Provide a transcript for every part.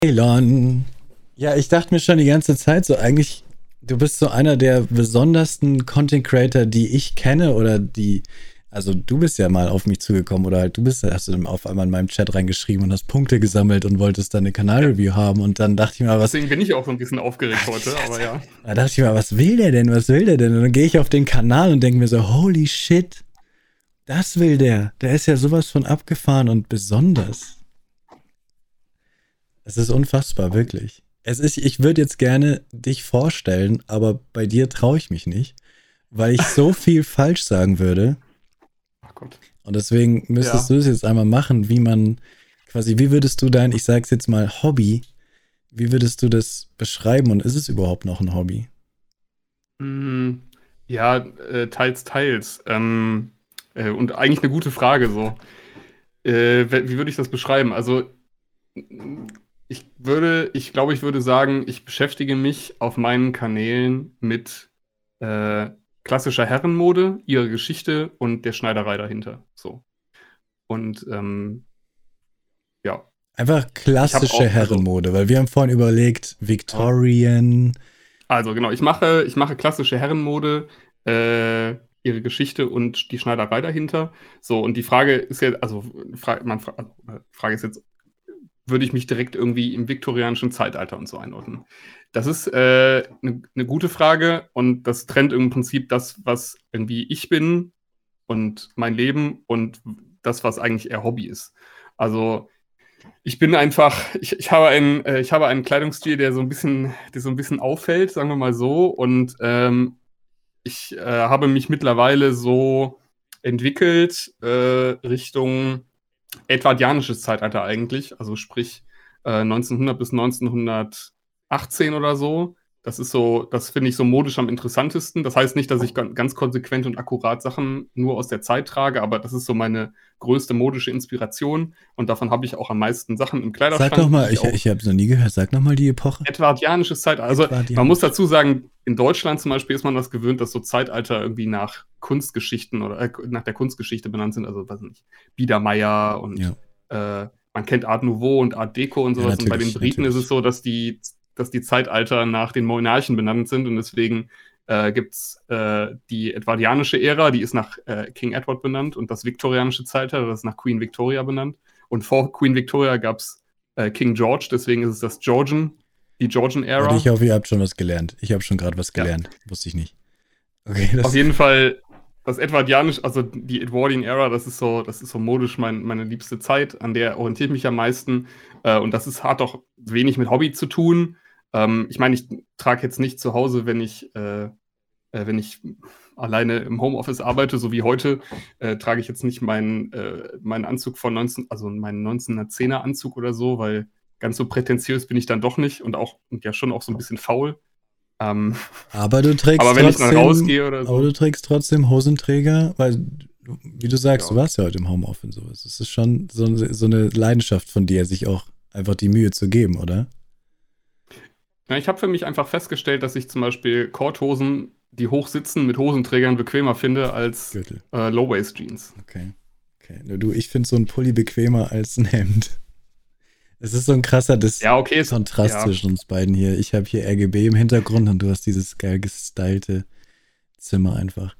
Elon. Ja, ich dachte mir schon die ganze Zeit so, eigentlich, du bist so einer der besondersten Content Creator, die ich kenne oder die, also du bist ja mal auf mich zugekommen oder halt hast du dann auf einmal in meinem Chat reingeschrieben und hast Punkte gesammelt und wolltest dann eine Ja. Kanalreview haben und dann dachte ich mir, Deswegen bin ich auch so ein bisschen aufgeregt heute, aber ja. Da dachte ich mir, was will der denn, was will der denn? Und dann gehe ich auf den Kanal und denke mir so, holy shit, das will der ist ja sowas von abgefahren und besonders. Es ist unfassbar, wirklich. Ich würde jetzt gerne dich vorstellen, aber bei dir traue ich mich nicht, weil ich so viel falsch sagen würde. Ach Gott. Und deswegen müsstest Ja. du es jetzt einmal machen, wie würdest du dein, ich sag's jetzt mal, Hobby, wie würdest du das beschreiben und ist es überhaupt noch ein Hobby? Mm, ja, teils, teils. Und eigentlich eine gute Frage so. Wie würde ich das beschreiben? Also, ich glaube, ich würde sagen, ich beschäftige mich auf meinen Kanälen mit äh, klassischer Herrenmode, ihrer Geschichte und der Schneiderei dahinter. So. Und ja, Einfach ich habe klassische auch, Herrenmode, weil wir haben vorhin überlegt, Victorian. also genau, ich mache klassische Herrenmode, ihre Geschichte und die Schneiderei dahinter. So, und die Frage ist jetzt, Frage ist jetzt, würde ich mich direkt irgendwie im viktorianischen Zeitalter und so einordnen? Das ist eine gute Frage und das trennt im Prinzip das, was irgendwie ich bin und mein Leben und das, was eigentlich eher Hobby ist. Also ich bin einfach, ich habe einen Kleidungsstil, der so ein bisschen auffällt, sagen wir mal so. Und ich habe mich mittlerweile so entwickelt Richtung edwardianisches Zeitalter eigentlich, also sprich 1900 bis 1918 oder so. Das finde ich so modisch am interessantesten. Das heißt nicht, dass ich ganz konsequent und akkurat Sachen nur aus der Zeit trage, aber das ist so meine größte modische Inspiration und davon habe ich auch am meisten Sachen im Sag Kleiderschrank, doch die mal, ich auch ich habe es noch nie gehört, sag noch mal die Epoche. edwardianisches Zeitalter. Also man muss Edwardianisch. dazu sagen, in Deutschland zum Beispiel ist man das gewöhnt, dass so Zeitalter irgendwie nach Kunstgeschichten oder nach der Kunstgeschichte benannt sind. Also weiß nicht, Biedermeier und Ja, man kennt Art Nouveau und Art Deco und ja, sowas. Und bei den natürlich, Briten ist es natürlich. so, dass die Zeitalter nach den Monarchen benannt sind und deswegen gibt es die edwardianische Ära, die ist nach King Edward benannt und das viktorianische Zeitalter, das ist nach Queen Victoria benannt. Und vor Queen Victoria gab es King George, deswegen ist es die Georgian Leute, ich Era. hoffe, ihr habt schon was gelernt. Ich habe schon gerade was Ja, gelernt. Wusste ich nicht. Okay, auf das. jeden Fall das Edwardianisch, also die Edwardian Era, das ist so modisch meine liebste Zeit, an der orientiere ich mich am meisten. Und hat auch wenig mit Hobby zu tun. Ich meine, ich trage jetzt nicht zu Hause, wenn ich alleine im Homeoffice arbeite, so wie heute, trage ich jetzt nicht meinen Anzug also meinen 1910er Anzug oder so, weil ganz so prätentiös bin ich dann doch nicht und ja schon auch so ein bisschen faul. Ähm, Aber aber wenn ich dann rausgehe oder aber so, du trägst trotzdem Hosenträger, weil, wie du sagst, du ja. warst ja heute im Homeoffice und sowas. Es ist schon so eine Leidenschaft von dir, sich auch einfach die Mühe zu geben, oder? Ja, ich habe für mich einfach festgestellt, dass ich zum Beispiel Korthosen, die hoch sitzen, mit Hosenträgern bequemer finde als Gürtel. Low-Waist-Jeans. Okay. Okay. Nur du, ich finde so ein Pulli bequemer als ein Hemd. Es ist so ein krasser Ja, okay, Kontrast ja. zwischen uns beiden hier. Ich habe hier RGB im Hintergrund und du hast dieses geil gestylte Zimmer einfach.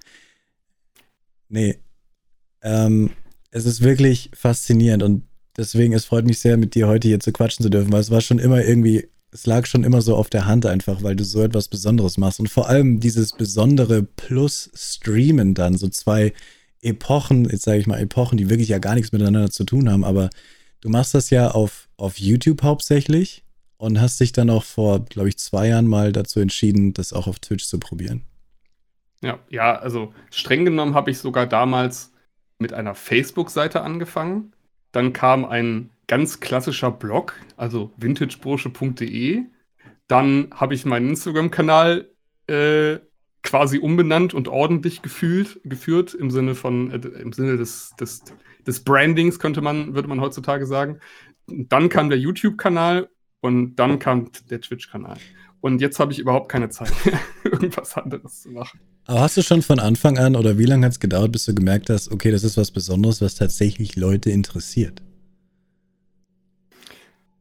Nee, ähm, es ist wirklich faszinierend und deswegen, es freut mich sehr, mit dir heute hier zu quatschen zu dürfen, weil es war schon immer irgendwie, es lag schon immer so auf der Hand einfach, weil du so etwas Besonderes machst und vor allem dieses Besondere plus Streamen dann, so zwei Epochen, jetzt sage ich mal Epochen, die wirklich ja gar nichts miteinander zu tun haben, aber du machst das ja auf YouTube hauptsächlich und hast dich dann auch vor, glaube ich, 2 Jahren mal dazu entschieden, das auch auf Twitch zu probieren. Ja, also streng genommen habe ich sogar damals mit einer Facebook-Seite angefangen. Dann kam ein ganz klassischer Blog, also vintagebursche.de. Dann habe ich meinen Instagram-Kanal äh, quasi umbenannt und ordentlich geführt im Sinne des Brandings, würde man heutzutage sagen. Dann kam der YouTube-Kanal und dann kam der Twitch-Kanal. Und jetzt habe ich überhaupt keine Zeit mehr, irgendwas anderes zu machen. Aber hast du schon von Anfang an oder wie lange hat es gedauert, bis du gemerkt hast, okay, das ist was Besonderes, was tatsächlich Leute interessiert?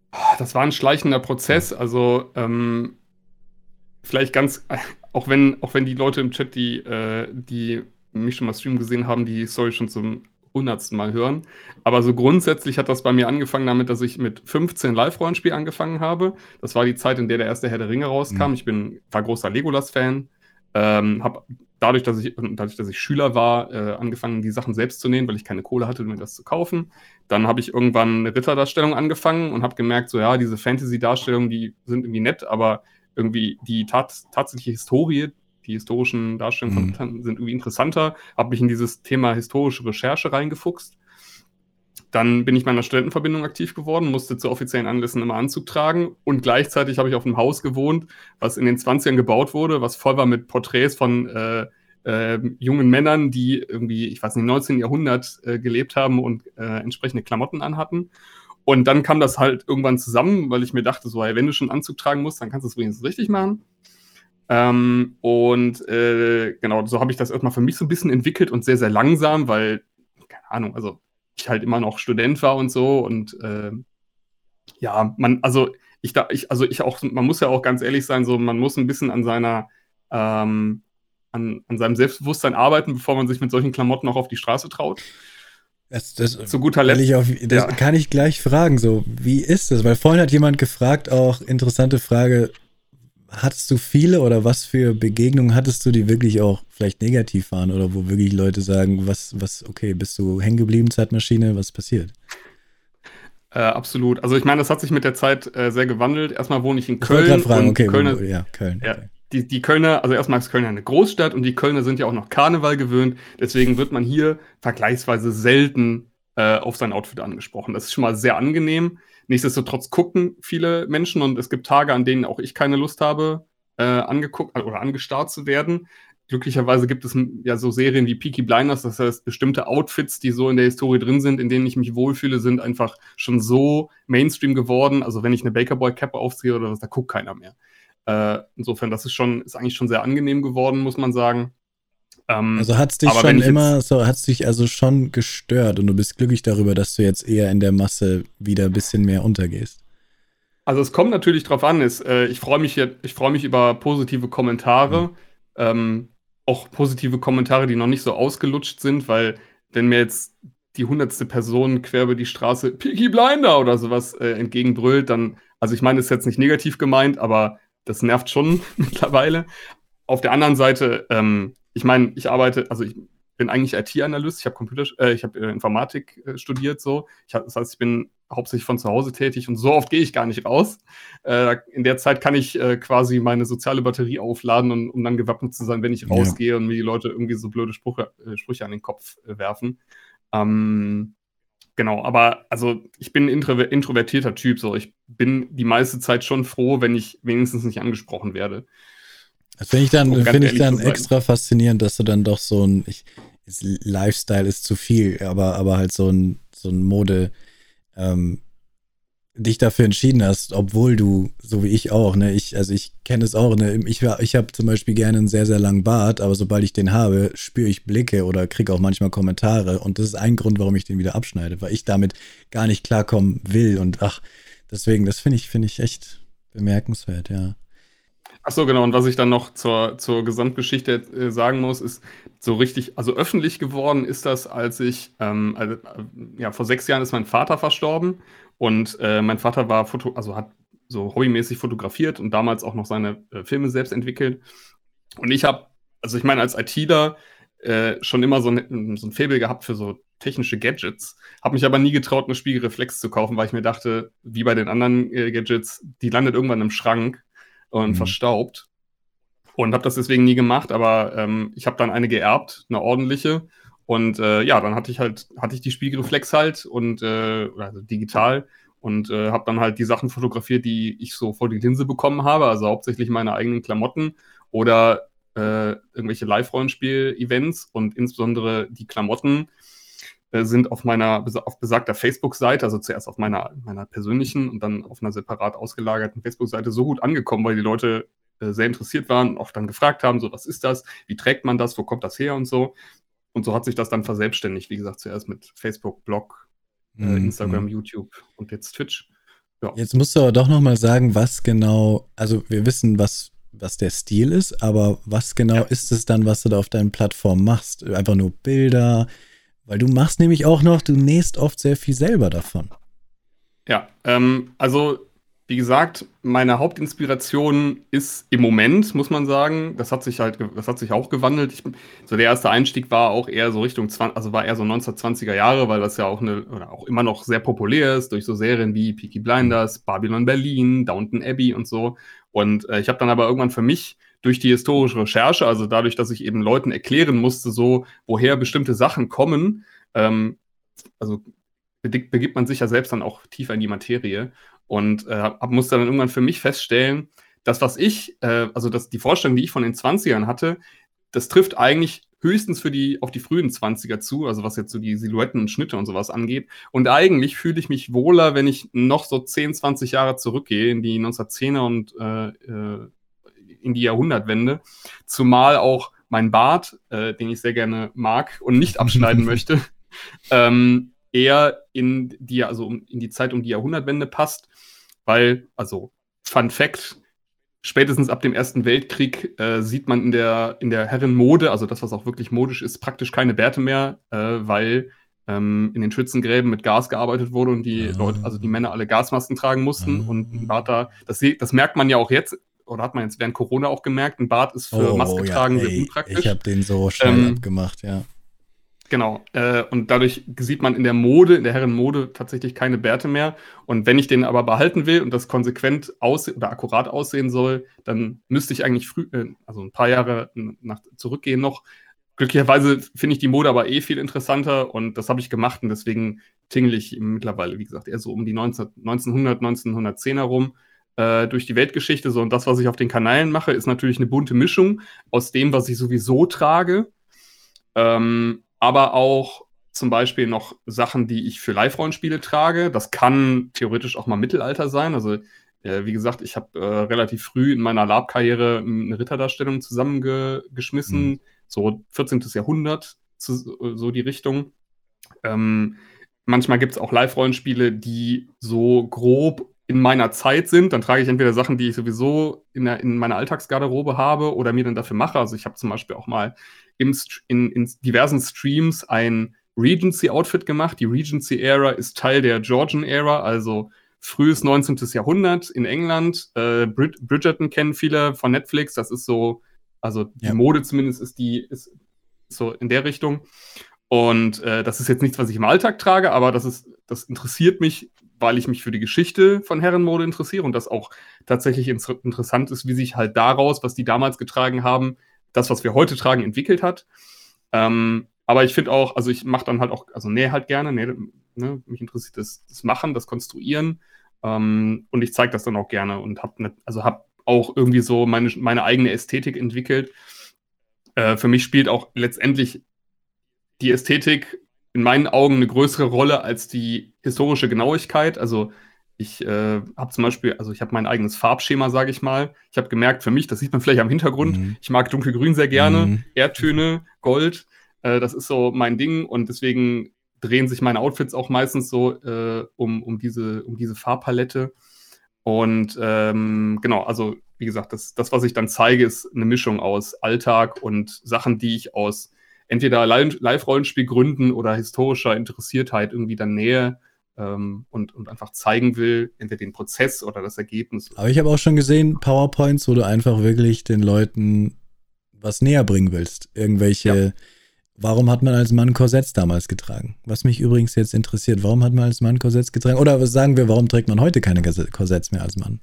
Das war ein schleichender Prozess. Also vielleicht ganz, auch wenn die Leute im Chat, die mich schon mal streamen gesehen haben, die Story schon zum 100. Mal hören. Aber so grundsätzlich hat das bei mir angefangen damit, dass ich mit 15 Live-Rollenspiel angefangen habe. Das war die Zeit, in der der erste Herr der Ringe rauskam. War großer Legolas-Fan. Habe dadurch, dass ich Schüler war, angefangen, die Sachen selbst zu nähen, weil ich keine Kohle hatte, mir das zu kaufen. Dann habe ich irgendwann eine Ritterdarstellung angefangen und habe gemerkt, so ja, diese Fantasy-Darstellungen, die sind irgendwie nett, aber irgendwie die tatsächliche Historie, die historischen Darstellungen von Rittern sind irgendwie interessanter. Habe mich in dieses Thema historische Recherche reingefuchst. Dann bin ich meiner Studentenverbindung aktiv geworden, musste zu offiziellen Anlässen immer Anzug tragen und gleichzeitig habe ich auf einem Haus gewohnt, was in den 20ern gebaut wurde, was voll war mit Porträts von jungen Männern, die irgendwie, ich weiß nicht, im 19. Jahrhundert gelebt haben und entsprechende Klamotten anhatten. Und dann kam das halt irgendwann zusammen, weil ich mir dachte, so, hey, wenn du schon einen Anzug tragen musst, dann kannst du es wenigstens richtig machen. Genau, so habe ich das erstmal für mich so ein bisschen entwickelt und sehr, sehr langsam, weil, keine Ahnung, also ich halt immer noch Student war und so und ja, man muss ja auch ganz ehrlich sein, so man muss ein bisschen an an seinem Selbstbewusstsein arbeiten, bevor man sich mit solchen Klamotten auch auf die Straße traut. Zu guter Letzt. Das kann ich gleich fragen, so, wie ist das? Weil vorhin hat jemand gefragt, auch interessante Frage, hattest du viele oder was für Begegnungen hattest du, die wirklich auch vielleicht negativ waren oder wo wirklich Leute sagen, okay, bist du hängen geblieben, Zeitmaschine, was passiert? Absolut. Also ich meine, das hat sich mit der Zeit sehr gewandelt. Erstmal wohne ich in Köln. Ich wollte gerade fragen, okay, Kölner, ja, Köln. Ja, die Kölner, also erstmal ist Köln eine Großstadt und die Kölner sind ja auch noch Karneval gewöhnt. Deswegen wird man hier vergleichsweise selten auf sein Outfit angesprochen. Das ist schon mal sehr angenehm. Nichtsdestotrotz gucken viele Menschen und es gibt Tage, an denen auch ich keine Lust habe, angeguckt oder angestarrt zu werden. Glücklicherweise gibt es ja so Serien wie Peaky Blinders, das heißt, bestimmte Outfits, die so in der Historie drin sind, in denen ich mich wohlfühle, sind einfach schon so Mainstream geworden. Also wenn ich eine Bakerboy-Cap aufziehe oder was, da guckt keiner mehr. Insofern, das ist eigentlich schon sehr angenehm geworden, muss man sagen. Also hat es dich also schon gestört und du bist glücklich darüber, dass du jetzt eher in der Masse wieder ein bisschen mehr untergehst? Also es kommt natürlich drauf an, ich freue mich über positive Kommentare, auch positive Kommentare, die noch nicht so ausgelutscht sind, weil wenn mir jetzt die 100. Person quer über die Straße Peaky Blinder oder sowas entgegenbrüllt, dann, also ich meine, das ist jetzt nicht negativ gemeint, aber das nervt schon mittlerweile. Auf der anderen Seite, ich meine, ich bin eigentlich IT-Analyst, ich habe Informatik studiert, so. Das heißt, ich bin hauptsächlich von zu Hause tätig und so oft gehe ich gar nicht raus. In der Zeit kann ich quasi meine soziale Batterie aufladen, um dann gewappnet zu sein, wenn ich rausgehe und mir die Leute irgendwie so blöde Sprüche an den Kopf werfen. Genau, aber also ich bin ein introvertierter Typ, so. Ich bin die meiste Zeit schon froh, wenn ich wenigstens nicht angesprochen werde. Das finde ich dann extra faszinierend, dass du dann doch Lifestyle ist zu viel, aber halt so ein Mode, dich dafür entschieden hast, obwohl du, so wie ich auch, ne, ich kenne es auch, ne, ich habe zum Beispiel gerne einen sehr, sehr langen Bart, aber sobald ich den habe, spüre ich Blicke oder kriege auch manchmal Kommentare und das ist ein Grund, warum ich den wieder abschneide, weil ich damit gar nicht klarkommen will und deswegen, das finde ich echt bemerkenswert, ja. Ach so, genau. Und was ich dann noch zur Gesamtgeschichte sagen muss, ist so richtig, also öffentlich geworden ist das, als ich, vor 6 Jahren ist mein Vater verstorben und mein Vater hat so hobbymäßig fotografiert und damals auch noch seine Filme selbst entwickelt. Und ich meine, als ITler schon immer so ein Faible gehabt für so technische Gadgets, habe mich aber nie getraut, eine Spiegelreflex zu kaufen, weil ich mir dachte, wie bei den anderen Gadgets, die landet irgendwann im Schrank und verstaubt. Und habe das deswegen nie gemacht, aber ich habe dann eine geerbt, eine ordentliche. Und dann hatte ich die Spiegelreflex halt und also digital und habe dann halt die Sachen fotografiert, die ich so vor die Linse bekommen habe, also hauptsächlich meine eigenen Klamotten oder irgendwelche Live-Rollenspiel-Events und insbesondere die Klamotten sind auf besagter Facebook-Seite, also zuerst auf meiner persönlichen und dann auf einer separat ausgelagerten Facebook-Seite so gut angekommen, weil die Leute sehr interessiert waren und auch dann gefragt haben, so, was ist das, wie trägt man das, wo kommt das her und so. Und so hat sich das dann verselbstständigt, wie gesagt, zuerst mit Facebook, Blog, Instagram, YouTube und jetzt Twitch. Ja. Jetzt musst du aber doch noch mal sagen, was genau, also wir wissen, was der Stil ist, aber was genau Ja. ist es dann, was du da auf deinen Plattformen machst? Einfach nur Bilder, weil du machst nämlich auch noch, du nähst oft sehr viel selber davon. Ja, also wie gesagt, meine Hauptinspiration ist im Moment, muss man sagen, das hat sich auch gewandelt. So der erste Einstieg war auch eher so Richtung 20, also war eher so 1920er Jahre, weil das ja auch oder auch immer noch sehr populär ist durch so Serien wie Peaky Blinders, Babylon Berlin, Downton Abbey und so. Und ich habe dann aber irgendwann für mich durch die historische Recherche, also dadurch, dass ich eben Leuten erklären musste, so woher bestimmte Sachen kommen, also begibt man sich ja selbst dann auch tiefer in die Materie und musste dann irgendwann für mich feststellen, dass die Vorstellung, die ich von den Zwanzigern hatte, das trifft eigentlich höchstens auf die frühen Zwanziger zu, also was jetzt so die Silhouetten und Schnitte und sowas angeht. Und eigentlich fühle ich mich wohler, wenn ich noch so 10, 20 Jahre zurückgehe in die 1910er und in die Jahrhundertwende. Zumal auch mein Bart, den ich sehr gerne mag und nicht abschneiden möchte, eher in die Zeit um die Jahrhundertwende passt, weil, also Fun Fact, spätestens ab dem Ersten Weltkrieg sieht man in der Herrenmode, also das, was auch wirklich modisch ist, praktisch keine Bärte mehr, weil in den Schützengräben mit Gas gearbeitet wurde und die Leute, also die Männer alle Gasmasken tragen mussten und ein Bart das merkt man ja auch jetzt, oder hat man jetzt während Corona auch gemerkt, ein Bart ist für Maske tragen sehr unpraktisch. Ich habe den so schnell abgemacht, ja. Genau. Und dadurch sieht man in der Herrenmode tatsächlich keine Bärte mehr. Und wenn ich den aber behalten will und das konsequent oder akkurat aussehen soll, dann müsste ich eigentlich also ein paar Jahre zurückgehen noch. Glücklicherweise finde ich die Mode aber viel interessanter und das habe ich gemacht und deswegen tingle ich mittlerweile, wie gesagt, eher so um die 1910 herum durch die Weltgeschichte. So, und das, was ich auf den Kanälen mache, ist natürlich eine bunte Mischung aus dem, was ich sowieso trage. Aber auch zum Beispiel noch Sachen, die ich für Live-Rollenspiele trage. Das kann theoretisch auch mal Mittelalter sein. Also, wie gesagt, ich habe relativ früh in meiner LARP-Karriere eine Ritterdarstellung zusammengeschmissen. So 14. Jahrhundert, so die Richtung. Manchmal gibt es auch Live-Rollenspiele, die so grob in meiner Zeit sind. Dann trage ich entweder Sachen, die ich sowieso in meiner Alltagsgarderobe habe oder mir dann dafür mache. Also ich habe zum Beispiel auch mal in diversen Streams ein Regency-Outfit gemacht. Die Regency-Ära ist Teil der Georgian-Ära, also frühes 19. Jahrhundert in England. Bridgerton kennen viele von Netflix. Das ist so, also die Mode zumindest ist so in der Richtung. Und das ist jetzt nichts, was ich im Alltag trage, aber das interessiert mich, weil ich mich für die Geschichte von Herrenmode interessiere und das auch tatsächlich interessant ist, wie sich halt daraus, was die damals getragen haben, das, was wir heute tragen, entwickelt hat. Aber ich finde auch, also ich mache dann halt auch, also nähe halt gerne, mich interessiert das Machen, das Konstruieren und ich zeige das dann auch gerne und habe auch irgendwie so meine eigene Ästhetik entwickelt. Für mich spielt auch letztendlich die Ästhetik in meinen Augen eine größere Rolle als die historische Genauigkeit. Also ich habe zum Beispiel, also ich habe mein eigenes Farbschema, sage ich mal. Ich habe gemerkt, für mich, das sieht man vielleicht am Hintergrund, ich mag dunkelgrün sehr gerne, Erdtöne, Gold, das ist so mein Ding und deswegen drehen sich meine Outfits auch meistens so um diese Farbpalette. Und genau, also wie gesagt, das, was ich dann zeige, ist eine Mischung aus Alltag und Sachen, die ich aus entweder Live-Rollenspielgründen oder historischer Interessiertheit irgendwie dann nähe und einfach zeigen will, entweder den Prozess oder das Ergebnis. Aber ich habe auch schon gesehen, PowerPoints, wo du einfach wirklich den Leuten was näher bringen willst. Irgendwelche, warum hat man als Mann Korsetts damals getragen? Was mich übrigens jetzt interessiert, warum hat man als Mann Korsetts getragen? Oder was sagen wir, warum trägt man heute keine Korsetts mehr als Mann?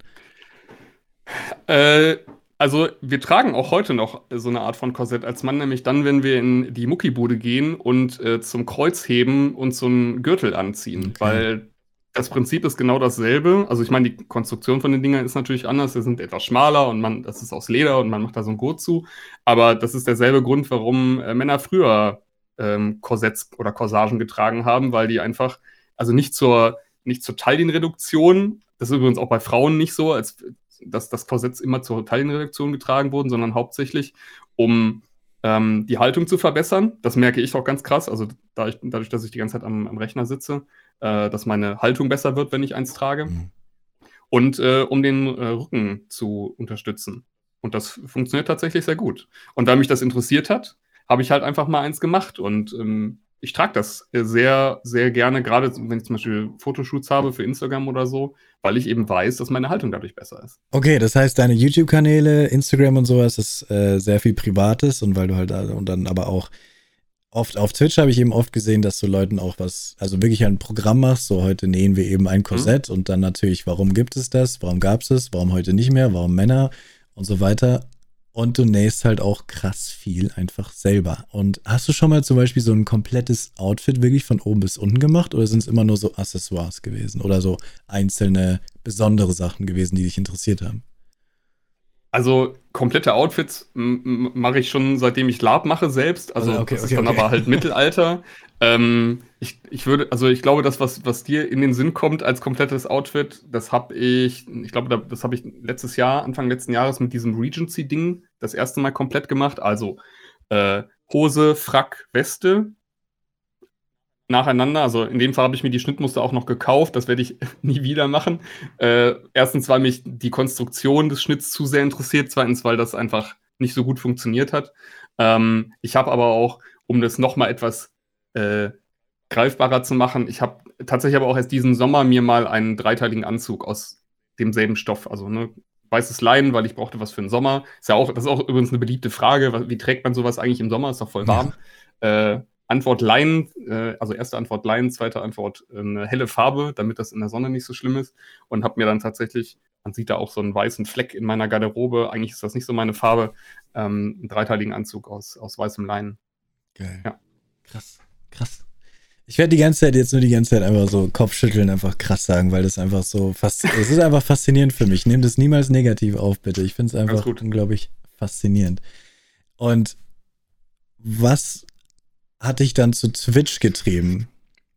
Also wir tragen auch heute noch so eine Art von Korsett als Mann, nämlich dann, wenn wir in die Muckibude gehen und zum Kreuzheben uns so einen Gürtel anziehen, weil das Prinzip ist genau dasselbe. Also ich meine, die Konstruktion von den Dingern ist natürlich anders, sie sind etwas schmaler und das ist aus Leder und man macht da so ein Gurt zu, aber das ist derselbe Grund, warum Männer früher Korsetts oder Corsagen getragen haben, weil die einfach, also nicht zur Taillenreduktion, das ist übrigens auch bei Frauen nicht so, dass das Korsetts immer zur Taillenreduktion getragen wurden, sondern hauptsächlich, um die Haltung zu verbessern. Das merke ich auch ganz krass, also dadurch, dass ich die ganze Zeit am Rechner sitze, dass meine Haltung besser wird, wenn ich eins trage. und um den Rücken zu unterstützen. Und das funktioniert tatsächlich sehr gut. Und weil mich das interessiert hat, habe ich halt einfach mal eins gemacht. Und ich trage das sehr, sehr gerne, gerade wenn ich zum Beispiel Fotoshoots habe für Instagram oder so, weil ich eben weiß, dass meine Haltung dadurch besser ist. Okay, das heißt, deine YouTube-Kanäle, Instagram und sowas ist sehr viel Privates und weil du halt und dann aber auch oft auf Twitch habe ich eben oft gesehen, dass du Leuten auch was, also wirklich ein Programm machst, so heute nähen wir eben ein Korsett und dann natürlich, warum gibt es das, warum gab es es, warum heute nicht mehr, warum Männer und so weiter. Und du nähst halt auch krass viel einfach selber. Und hast du schon mal zum Beispiel so ein komplettes Outfit wirklich von oben bis unten gemacht oder sind es immer nur so Accessoires gewesen oder so einzelne besondere Sachen gewesen, die dich interessiert haben? Also komplette Outfits mache ich schon, seitdem ich Lab mache selbst. Also okay, das ist dann aber halt Mittelalter. Ich glaube, das, was dir in den Sinn kommt als komplettes Outfit, das habe ich glaube, das habe ich letztes Jahr, Anfang letzten Jahres mit diesem Regency-Ding das erste Mal komplett gemacht. Also Hose, Frack, Weste nacheinander. Also in dem Fall habe ich mir die Schnittmuster auch noch gekauft. Das werde ich nie wieder machen. Erstens, weil mich die Konstruktion des Schnitts zu sehr interessiert. Zweitens, weil das einfach nicht so gut funktioniert hat. Ich habe aber auch, um das nochmal etwas greifbarer zu machen, ich habe tatsächlich aber auch erst diesen Sommer mir mal einen dreiteiligen Anzug aus demselben Stoff, also ne, weißes Leinen, weil ich brauchte was für den Sommer. Das ist auch übrigens eine beliebte Frage. Wie trägt man sowas eigentlich im Sommer? Ist doch voll warm. Ja. Antwort Leinen, also erste Antwort Leinen, zweite Antwort eine helle Farbe, damit das in der Sonne nicht so schlimm ist. Und habe mir dann tatsächlich, man sieht da auch so einen weißen Fleck in meiner Garderobe, eigentlich ist das nicht so meine Farbe, einen dreiteiligen Anzug aus weißem Leinen. Geil. Ja. Krass. Ich werde die ganze Zeit einfach so Kopfschütteln einfach krass sagen, weil das einfach so es ist einfach faszinierend für mich. Nehmt es niemals negativ auf, bitte. Ich finde es einfach unglaublich faszinierend. Und was hat dich dann zu Twitch getrieben?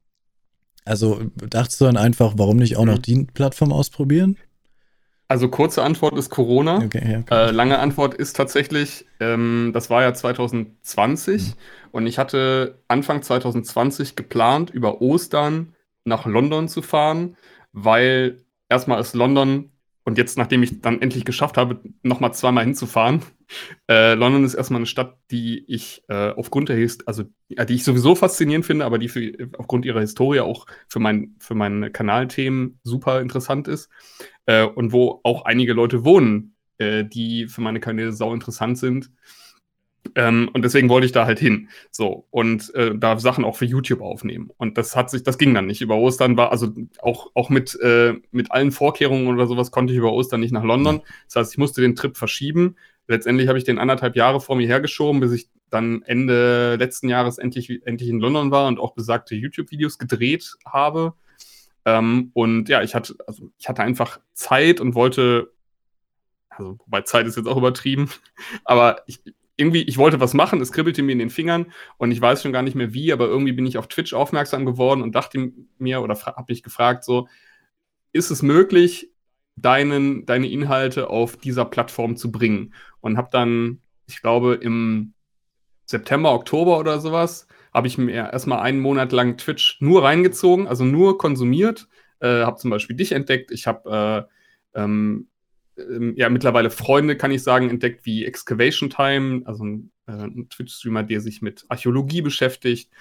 Also dachtest du dann einfach, warum nicht auch noch die Plattform ausprobieren? Also kurze Antwort ist Corona. Okay. Lange Antwort ist tatsächlich, das war ja 2020 und ich hatte Anfang 2020 geplant, über Ostern nach London zu fahren, weil erstmal ist London, und jetzt, nachdem ich dann endlich geschafft habe, nochmal zweimal hinzufahren, London ist erstmal eine Stadt, die ich aufgrund die ich sowieso faszinierend finde, aber die aufgrund ihrer Historie auch für meine Kanalthemen super interessant ist. Und wo auch einige Leute wohnen, die für meine Kanäle sau interessant sind. Und deswegen wollte ich da halt hin. So, und da Sachen auch für YouTube aufnehmen. Und das ging dann nicht. Über Ostern war, also auch mit allen Vorkehrungen oder sowas konnte ich über Ostern nicht nach London. Das heißt, ich musste den Trip verschieben. Letztendlich habe ich den 1,5 Jahre vor mir hergeschoben, bis ich dann Ende letzten Jahres endlich in London war und auch besagte YouTube-Videos gedreht habe. Und ja, ich hatte einfach Zeit und wollte, also wobei Zeit ist jetzt auch übertrieben, aber ich wollte was machen, es kribbelte mir in den Fingern und ich weiß schon gar nicht mehr wie, aber irgendwie bin ich auf Twitch aufmerksam geworden und dachte mir oder habe mich gefragt, so, ist es möglich, deine Inhalte auf dieser Plattform zu bringen? Und habe dann, ich glaube, im September, Oktober oder sowas, habe ich mir erstmal einen Monat lang Twitch nur reingezogen, also nur konsumiert. Habe zum Beispiel dich entdeckt. Ich habe mittlerweile Freunde, kann ich sagen, entdeckt wie Excavation Time, also ein Twitch-Streamer, der sich mit Archäologie beschäftigt,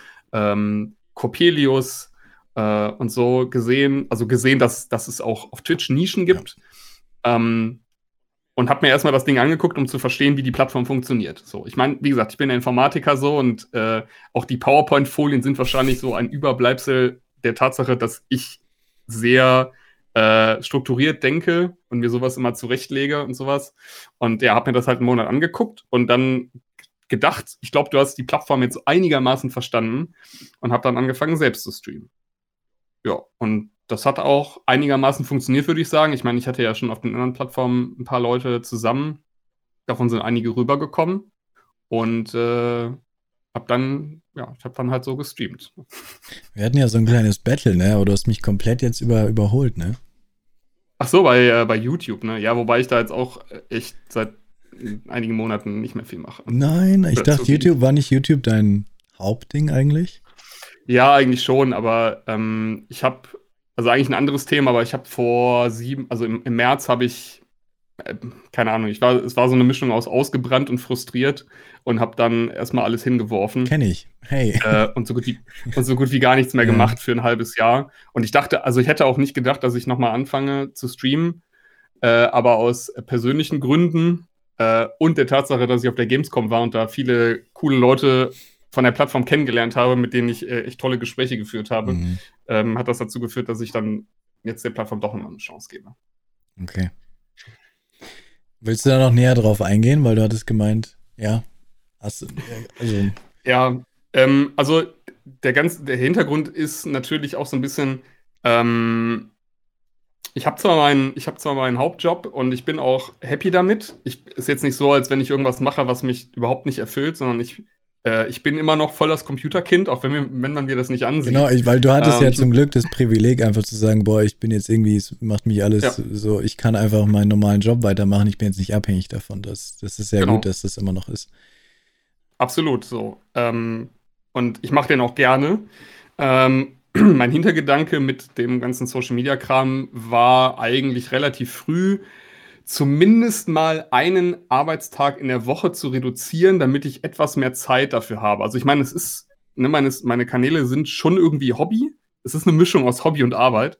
Coppelius und so gesehen, dass es auch auf Twitch Nischen gibt. Ja. Und habe mir erstmal das Ding angeguckt, um zu verstehen, wie die Plattform funktioniert. So, ich meine, wie gesagt, ich bin ja Informatiker so und auch die PowerPoint-Folien sind wahrscheinlich so ein Überbleibsel der Tatsache, dass ich sehr strukturiert denke und mir sowas immer zurechtlege und sowas. Und ja, habe mir das halt einen Monat angeguckt und dann gedacht, ich glaube, du hast die Plattform jetzt einigermaßen verstanden und habe dann angefangen, selbst zu streamen. Ja, und das hat auch einigermaßen funktioniert, würde ich sagen. Ich meine, ich hatte ja schon auf den anderen Plattformen ein paar Leute zusammen. Davon sind einige rübergekommen. Und ich habe dann halt so gestreamt. Wir hatten ja so ein kleines Battle, ne? Aber du hast mich komplett jetzt überholt, ne? Ach so, bei YouTube, ne? Ja, wobei ich da jetzt auch echt seit einigen Monaten nicht mehr viel mache. Nein, ich dachte, war nicht YouTube dein Hauptding eigentlich? Ja, eigentlich schon, aber also eigentlich ein anderes Thema, aber ich habe also im März habe ich, keine Ahnung, es war so eine Mischung aus ausgebrannt und frustriert und habe dann erstmal alles hingeworfen. Kenn ich. Hey. Und so gut wie gar nichts mehr gemacht für ein halbes Jahr. Und ich dachte, also ich hätte auch nicht gedacht, dass ich nochmal anfange zu streamen, aber aus persönlichen Gründen und der Tatsache, dass ich auf der Gamescom war und da viele coole Leute von der Plattform kennengelernt habe, mit denen ich echt tolle Gespräche geführt habe, hat das dazu geführt, dass ich dann jetzt der Plattform doch nochmal eine Chance gebe. Okay. Willst du da noch näher drauf eingehen? Weil du hattest gemeint, ja, also. Ja, also der Hintergrund ist natürlich auch so ein bisschen, ich habe zwar meinen Hauptjob und ich bin auch happy damit. Ist jetzt nicht so, als wenn ich irgendwas mache, was mich überhaupt nicht erfüllt, sondern ich bin immer noch voll das Computerkind, auch wenn man mir das nicht ansieht. Genau, weil du hattest ja zum Glück das Privileg, einfach zu sagen, boah, ich bin jetzt irgendwie, es macht mich alles so, ich kann einfach meinen normalen Job weitermachen, ich bin jetzt nicht abhängig davon. Das ist sehr gut, dass das immer noch ist. Absolut so. Und ich mache den auch gerne. Mein Hintergedanke mit dem ganzen Social-Media-Kram war eigentlich relativ früh, zumindest mal einen Arbeitstag in der Woche zu reduzieren, damit ich etwas mehr Zeit dafür habe. Also ich meine, es ist, ne, meine Kanäle sind schon irgendwie Hobby. Es ist eine Mischung aus Hobby und Arbeit.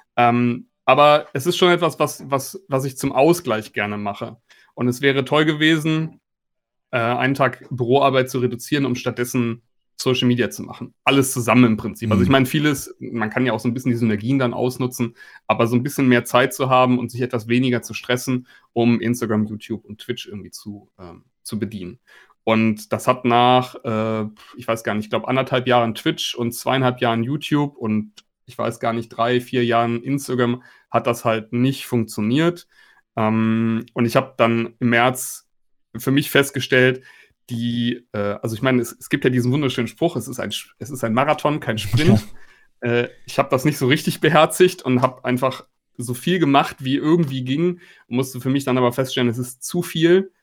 Aber es ist schon etwas, was ich zum Ausgleich gerne mache. Und es wäre toll gewesen, einen Tag Büroarbeit zu reduzieren, um stattdessen Social Media zu machen. Alles zusammen im Prinzip. Also ich meine, man kann ja auch so ein bisschen die Synergien dann ausnutzen, aber so ein bisschen mehr Zeit zu haben und sich etwas weniger zu stressen, um Instagram, YouTube und Twitch irgendwie zu bedienen. Und das hat nach, ich weiß gar nicht, ich glaube 1,5 Jahren Twitch und 2,5 Jahren YouTube und ich weiß gar nicht, 3, 4 Jahren Instagram hat das halt nicht funktioniert. Und ich habe dann im März für mich festgestellt, also ich meine, es gibt ja diesen wunderschönen Spruch, es ist ein Marathon, kein Sprint. Ich habe das nicht so richtig beherzigt und habe einfach so viel gemacht, wie irgendwie ging, musste für mich dann aber feststellen, es ist zu viel.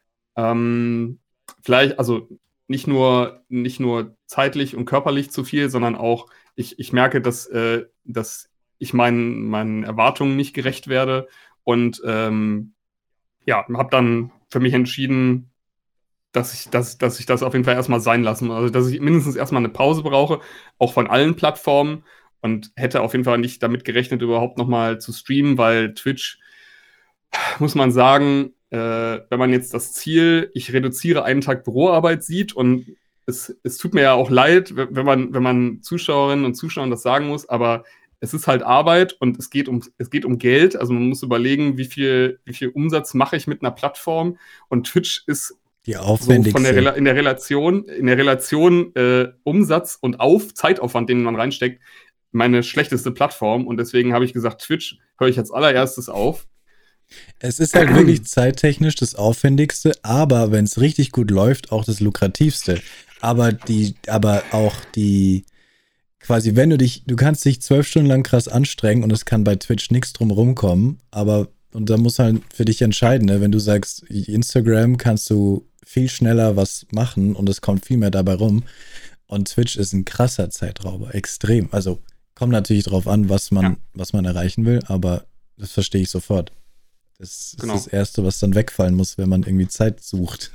Vielleicht, also nicht nur zeitlich und körperlich zu viel, sondern auch, ich merke, dass ich meinen Erwartungen nicht gerecht werde und habe dann für mich entschieden, dass ich das auf jeden Fall erstmal sein lassen muss. Also, dass ich mindestens erstmal eine Pause brauche, auch von allen Plattformen und hätte auf jeden Fall nicht damit gerechnet, überhaupt nochmal zu streamen, weil Twitch, muss man sagen, wenn man jetzt das Ziel, ich reduziere einen Tag Büroarbeit sieht und es tut mir ja auch leid, wenn man Zuschauerinnen und Zuschauern das sagen muss, aber es ist halt Arbeit und es geht um Geld. Also man muss überlegen, wie viel Umsatz mache ich mit einer Plattform und Twitch ist die aufwendigste. So in der Relation Umsatz und Zeitaufwand, den man reinsteckt, meine schlechteste Plattform. Und deswegen habe ich gesagt, Twitch höre ich als allererstes auf. Es ist halt wirklich zeittechnisch das Aufwendigste, aber wenn es richtig gut läuft, auch das Lukrativste. Aber auch die quasi, wenn du kannst dich 12 Stunden lang krass anstrengen und es kann bei Twitch nichts drum rumkommen, und da musst du halt für dich entscheiden, ne? Wenn du sagst, Instagram kannst du viel schneller was machen und es kommt viel mehr dabei rum. Und Twitch ist ein krasser Zeitrauber, extrem. Also kommt natürlich drauf an, was man erreichen will, aber das verstehe ich sofort. Das ist das Erste, was dann wegfallen muss, wenn man irgendwie Zeit sucht.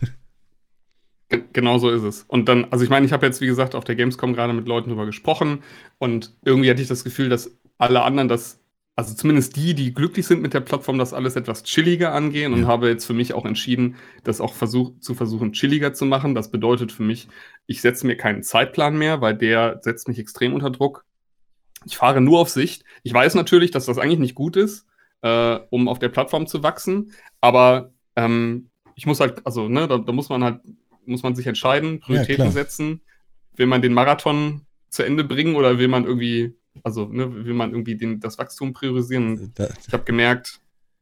Genau so ist es. Und dann, also ich meine, ich habe jetzt, wie gesagt, auf der Gamescom gerade mit Leuten drüber gesprochen und irgendwie hatte ich das Gefühl, dass alle anderen also zumindest die glücklich sind mit der Plattform, das alles etwas chilliger angehen und habe jetzt für mich auch entschieden, das auch versuchen, chilliger zu machen. Das bedeutet für mich, ich setze mir keinen Zeitplan mehr, weil der setzt mich extrem unter Druck. Ich fahre nur auf Sicht. Ich weiß natürlich, dass das eigentlich nicht gut ist, um auf der Plattform zu wachsen, aber ich muss halt, also ne, da muss man sich entscheiden, Prioritäten setzen. Will man den Marathon zu Ende bringen oder will man irgendwie das Wachstum priorisieren? Ich habe gemerkt,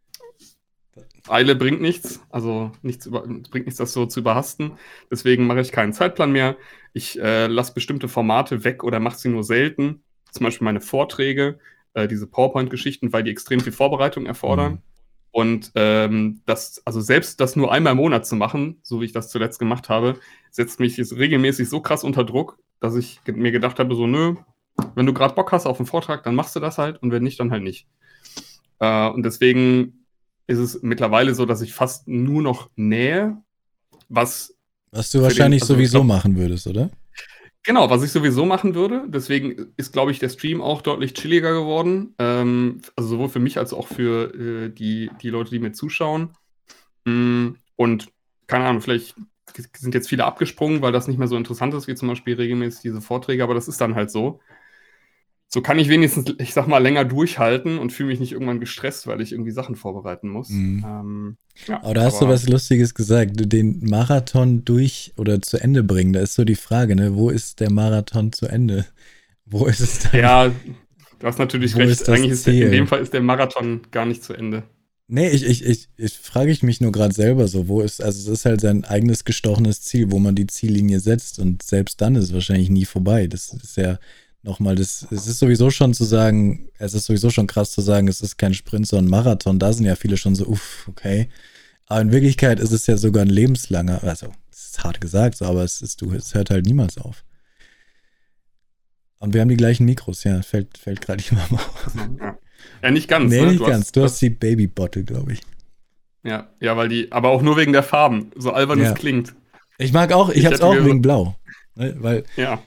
Eile bringt nichts, also bringt nichts, das so zu überhasten. Deswegen mache ich keinen Zeitplan mehr. Ich lasse bestimmte Formate weg oder mache sie nur selten. Zum Beispiel meine Vorträge, diese PowerPoint-Geschichten, weil die extrem viel Vorbereitung erfordern. Und selbst das nur einmal im Monat zu machen, so wie ich das zuletzt gemacht habe, setzt mich jetzt regelmäßig so krass unter Druck, dass ich mir gedacht habe, so, nö, Wenn du gerade Bock hast auf einen Vortrag, dann machst du das halt und wenn nicht, dann halt nicht. Und deswegen ist es mittlerweile so, dass ich fast nur noch nähe, was du wahrscheinlich sowieso machen würdest, oder? Genau, was ich sowieso machen würde. Deswegen ist, glaube ich, der Stream auch deutlich chilliger geworden. Also sowohl für mich als auch für die Leute, die mir zuschauen. Und keine Ahnung, vielleicht sind jetzt viele abgesprungen, weil das nicht mehr so interessant ist, wie zum Beispiel regelmäßig diese Vorträge, aber das ist dann halt so. So kann ich wenigstens, ich sag mal, länger durchhalten und fühle mich nicht irgendwann gestresst, weil ich irgendwie Sachen vorbereiten muss. Ja, aber da hast du was Lustiges gesagt. Den Marathon durch oder zu Ende bringen, da ist so die Frage, ne? Wo ist der Marathon zu Ende? Wo ist es dann? Ja, du hast natürlich recht. Eigentlich in dem Fall ist der Marathon gar nicht zu Ende. Nee, ich frage mich nur gerade selber so, also es ist halt sein eigenes gestochenes Ziel, wo man die Ziellinie setzt und selbst dann ist es wahrscheinlich nie vorbei. Das ist ja nochmal, es ist sowieso schon krass zu sagen, es ist kein Sprint, sondern ein Marathon. Da sind ja viele schon so, okay. Aber in Wirklichkeit ist es ja sogar ein lebenslanger, also, es ist hart gesagt, so, aber es hört halt niemals auf. Und wir haben die gleichen Mikros, ja, fällt gerade jemand auf. Ja, nicht ganz. Nee, ne? Nicht ganz. Du hast die Babybottle, glaube ich. Ja, aber auch nur wegen der Farben, so albern es klingt. Ich hab's auch wegen Blau. Ne? Weil ja.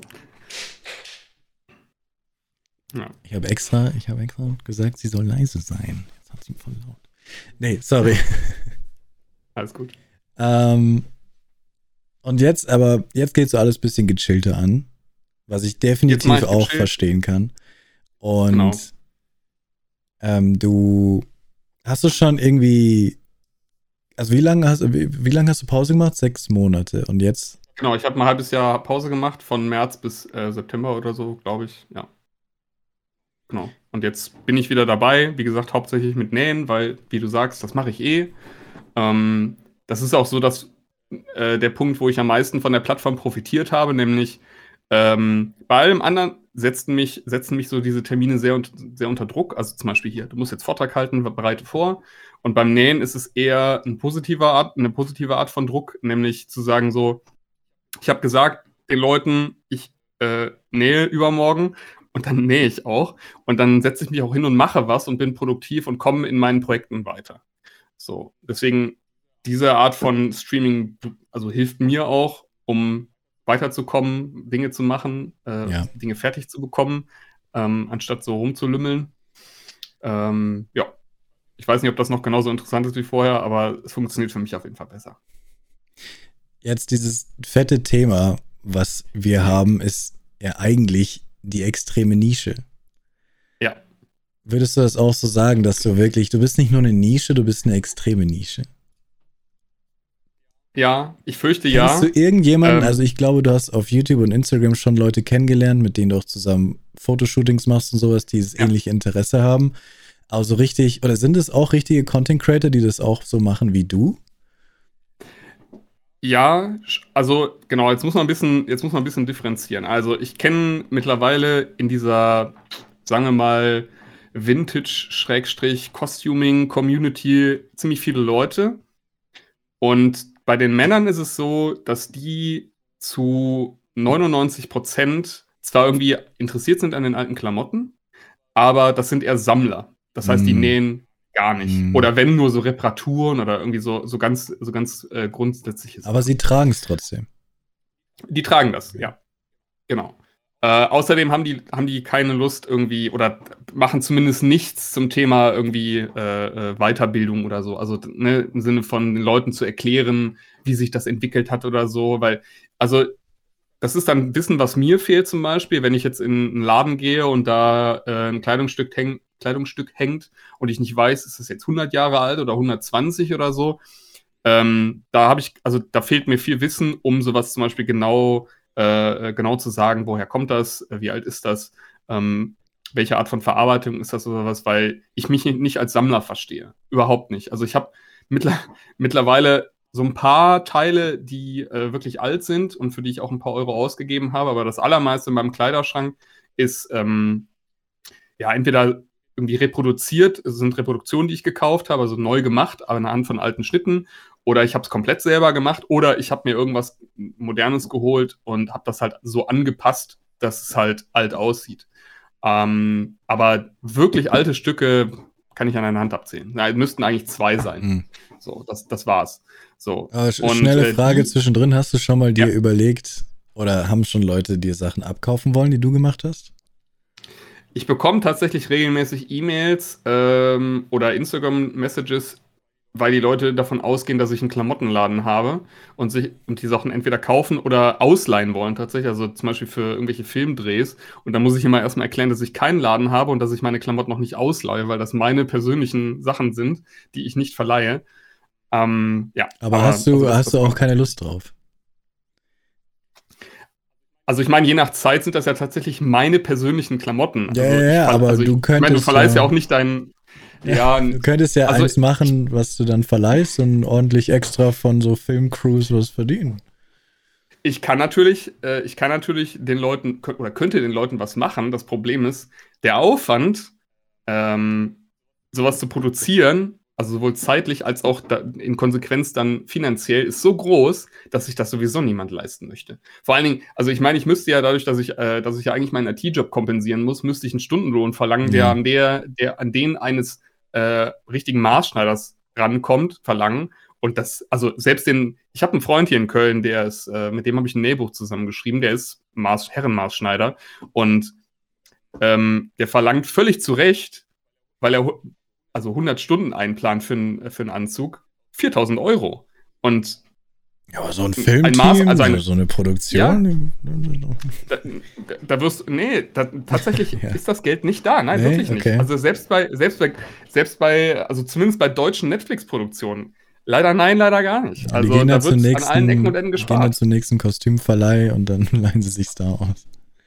Ich habe extra gesagt, sie soll leise sein. Jetzt hat sie voll laut. Nee, sorry. Alles gut. Und jetzt geht so alles ein bisschen gechillter an, was ich definitiv auch verstehen kann. Und du hast schon irgendwie, also wie lange hast du Pause gemacht? 6 Monate. Und jetzt? Genau, ich habe ein halbes Jahr Pause gemacht, von März bis September oder so, glaube ich, ja. Genau. Und jetzt bin ich wieder dabei, wie gesagt, hauptsächlich mit Nähen, weil, wie du sagst, das mache ich eh. Das ist auch so, dass der Punkt, wo ich am meisten von der Plattform profitiert habe, nämlich bei allem anderen setzen mich so diese Termine sehr unter Druck. Also zum Beispiel hier, du musst jetzt Vortrag halten, bereite vor. Und beim Nähen ist es eher eine positive Art von Druck, nämlich zu sagen so, ich habe gesagt den Leuten, ich nähe übermorgen. Und dann nähe ich auch. Und dann setze ich mich auch hin und mache was und bin produktiv und komme in meinen Projekten weiter. So, deswegen diese Art von Streaming, also hilft mir auch, um weiterzukommen, Dinge zu machen, Dinge fertig zu bekommen, anstatt so rumzulümmeln. Ja, ich weiß nicht, ob das noch genauso interessant ist wie vorher, aber es funktioniert für mich auf jeden Fall besser. Jetzt dieses fette Thema, was wir haben, ist ja eigentlich die extreme Nische. Ja. Würdest du das auch so sagen, dass du bist nicht nur eine Nische, du bist eine extreme Nische? Ja, ich fürchte ja. Kennst du irgendjemanden, also ich glaube, du hast auf YouTube und Instagram schon Leute kennengelernt, mit denen du auch zusammen Fotoshootings machst und sowas, die dieses ähnliche Interesse haben. Aber so richtig, oder sind es auch richtige Content Creator, die das auch so machen wie du? Ja, also genau, jetzt muss man ein bisschen differenzieren. Also ich kenne mittlerweile in dieser, sagen wir mal, Vintage-Costuming-Community ziemlich viele Leute. Und bei den Männern ist es so, dass die zu 99% zwar irgendwie interessiert sind an den alten Klamotten, aber das sind eher Sammler. Das heißt, die nähen gar nicht. Oder wenn nur so Reparaturen oder irgendwie so ganz grundsätzliches. Aber sie tragen es trotzdem. Die tragen das, ja. Genau. Außerdem haben die keine Lust irgendwie oder machen zumindest nichts zum Thema irgendwie Weiterbildung oder so. Also ne, im Sinne von den Leuten zu erklären, wie sich das entwickelt hat oder so. Weil, also das ist dann Wissen, was mir fehlt zum Beispiel, wenn ich jetzt in einen Laden gehe und da ein Kleidungsstück hängt und ich nicht weiß, ist das jetzt 100 Jahre alt oder 120 oder so. Da fehlt mir viel Wissen, um sowas zum Beispiel genau zu sagen, woher kommt das, wie alt ist das, welche Art von Verarbeitung ist das oder was, weil ich mich nicht als Sammler verstehe. Überhaupt nicht. Also ich habe mittlerweile so ein paar Teile, die wirklich alt sind und für die ich auch ein paar Euro ausgegeben habe, aber das allermeiste in meinem Kleiderschrank ist entweder irgendwie reproduziert, es sind Reproduktionen, die ich gekauft habe, also neu gemacht, aber anhand von alten Schnitten, oder ich habe es komplett selber gemacht, oder ich habe mir irgendwas Modernes geholt und habe das halt so angepasst, dass es halt alt aussieht. Aber wirklich alte Stücke kann ich an einer Hand abzählen. Es müssten eigentlich 2 sein. So, das war's. So. Schnelle Frage zwischendrin. Hast du schon mal dir überlegt, oder haben schon Leute dir Sachen abkaufen wollen, die du gemacht hast? Ich bekomme tatsächlich regelmäßig E-Mails oder Instagram-Messages, weil die Leute davon ausgehen, dass ich einen Klamottenladen habe und die Sachen entweder kaufen oder ausleihen wollen tatsächlich, also zum Beispiel für irgendwelche Filmdrehs. Und da muss ich immer erstmal erklären, dass ich keinen Laden habe und dass ich meine Klamotten noch nicht ausleihe, weil das meine persönlichen Sachen sind, die ich nicht verleihe. Aber hast du auch keine Lust drauf? Also ich meine, je nach Zeit sind das ja tatsächlich meine persönlichen Klamotten. Aber du könntest... Ich meine, du verleihst ja auch nicht deinen... Ja, du könntest ja eins machen, was du dann verleihst und ordentlich extra von so Filmcrews was verdienen. Ich kann natürlich den Leuten oder könnte den Leuten was machen. Das Problem ist, der Aufwand, sowas zu produzieren, also sowohl zeitlich als auch in Konsequenz dann finanziell, ist so groß, dass sich das sowieso niemand leisten möchte. Vor allen Dingen, also ich meine, ich müsste ja dadurch, dass ich ja eigentlich meinen IT-Job kompensieren muss, müsste ich einen Stundenlohn verlangen, der an den eines richtigen Maßschneiders rankommt, verlangen. Und also selbst ich habe einen Freund hier in Köln, mit dem habe ich ein Nähbuch zusammengeschrieben, der ist Herrenmaßschneider und der verlangt völlig zu Recht, weil er 100 Stunden einplant für einen Anzug, 4.000 Euro. Und ja, so ein Filmteam, so eine Produktion. Ja, tatsächlich ist das Geld nicht da. Nein, wirklich nicht. Also selbst bei, also zumindest bei deutschen Netflix-Produktionen. Leider nein, leider gar nicht. Also da wird an allen Ecken und Enden gespart. Gehen dann zum nächsten Kostümverleih und dann leihen sie sich da aus.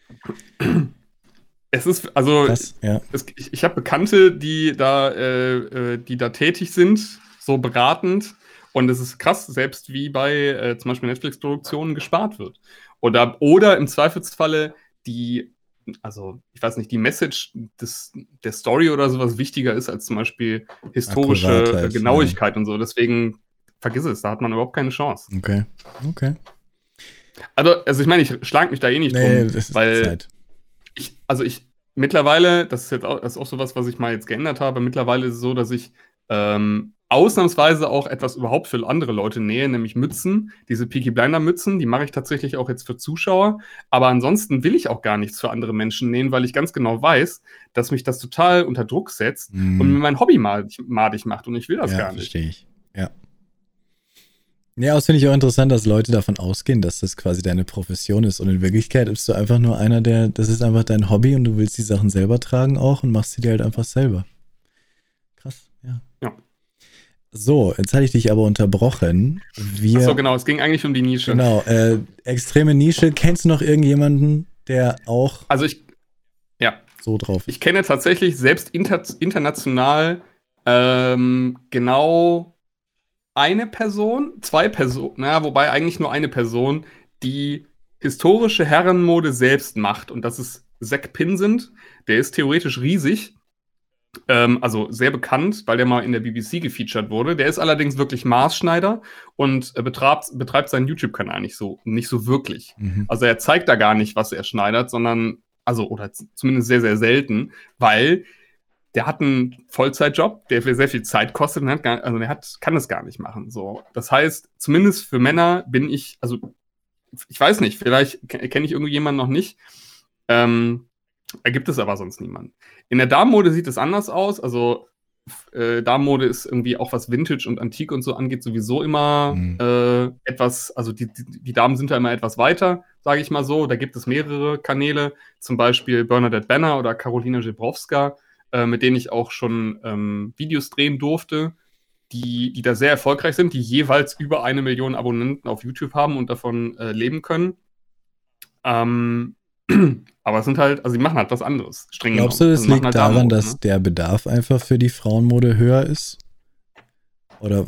Es ist, also, krass, ja. Ich habe Bekannte, die da tätig sind, so beratend. Und es ist krass, selbst wie bei zum Beispiel Netflix-Produktionen gespart wird. Oder im Zweifelsfalle also ich weiß nicht, die Message der Story oder sowas wichtiger ist als zum Beispiel historische Genauigkeit und so. Deswegen vergiss es, da hat man überhaupt keine Chance. Okay. Also ich meine, ich schlage mich da eh nicht drum, weil mittlerweile, das ist auch sowas, was ich mal jetzt geändert habe, mittlerweile ist es so, dass ich ausnahmsweise auch etwas überhaupt für andere Leute nähe, nämlich Mützen, diese Peaky Blinder Mützen, die mache ich tatsächlich auch jetzt für Zuschauer, aber ansonsten will ich auch gar nichts für andere Menschen nähen, weil ich ganz genau weiß, dass mich das total unter Druck setzt und mir mein Hobby madig macht und ich will das gar nicht. Verstehe ich, ja. Ja, das finde ich auch interessant, dass Leute davon ausgehen, dass das quasi deine Profession ist und in Wirklichkeit bist du einfach nur einer, das ist einfach dein Hobby und du willst die Sachen selber tragen auch und machst sie dir halt einfach selber. Krass, ja. So, jetzt hatte ich dich aber unterbrochen. Achso, genau, es ging eigentlich um die Nische. Genau, extreme Nische. Kennst du noch irgendjemanden, der auch so drauf ist? Ich kenne tatsächlich selbst international genau zwei Personen, wobei eigentlich nur eine Person, die historische Herrenmode selbst macht. Und das ist Zack Pinsent. Der ist theoretisch riesig. Also sehr bekannt, weil der mal in der BBC gefeatured wurde. Der ist allerdings wirklich Maßschneider und betreibt seinen YouTube-Kanal nicht so wirklich. Also er zeigt da gar nicht, was er schneidert, sondern, oder zumindest sehr, sehr selten, weil der hat einen Vollzeitjob, der sehr viel Zeit kostet und kann das gar nicht machen. So. Das heißt, zumindest für Männer bin ich, ich weiß nicht, vielleicht kenne ich irgendjemanden noch nicht, da gibt es aber sonst niemanden. In der Damenmode sieht es anders aus. Also Damenmode ist irgendwie auch, was Vintage und Antik und so angeht, sowieso immer etwas, also die Damen sind da immer etwas weiter, sage ich mal so. Da gibt es mehrere Kanäle, zum Beispiel Bernadette Benner oder Karolina Zebrowska, mit denen ich auch schon Videos drehen durfte, die da sehr erfolgreich sind, die jeweils über 1 Million Abonnenten auf YouTube haben und davon leben können. Aber es sind halt, also die machen halt was anderes, streng genommen. Glaubst du, das liegt halt daran, dass der Bedarf einfach für die Frauenmode höher ist? Oder?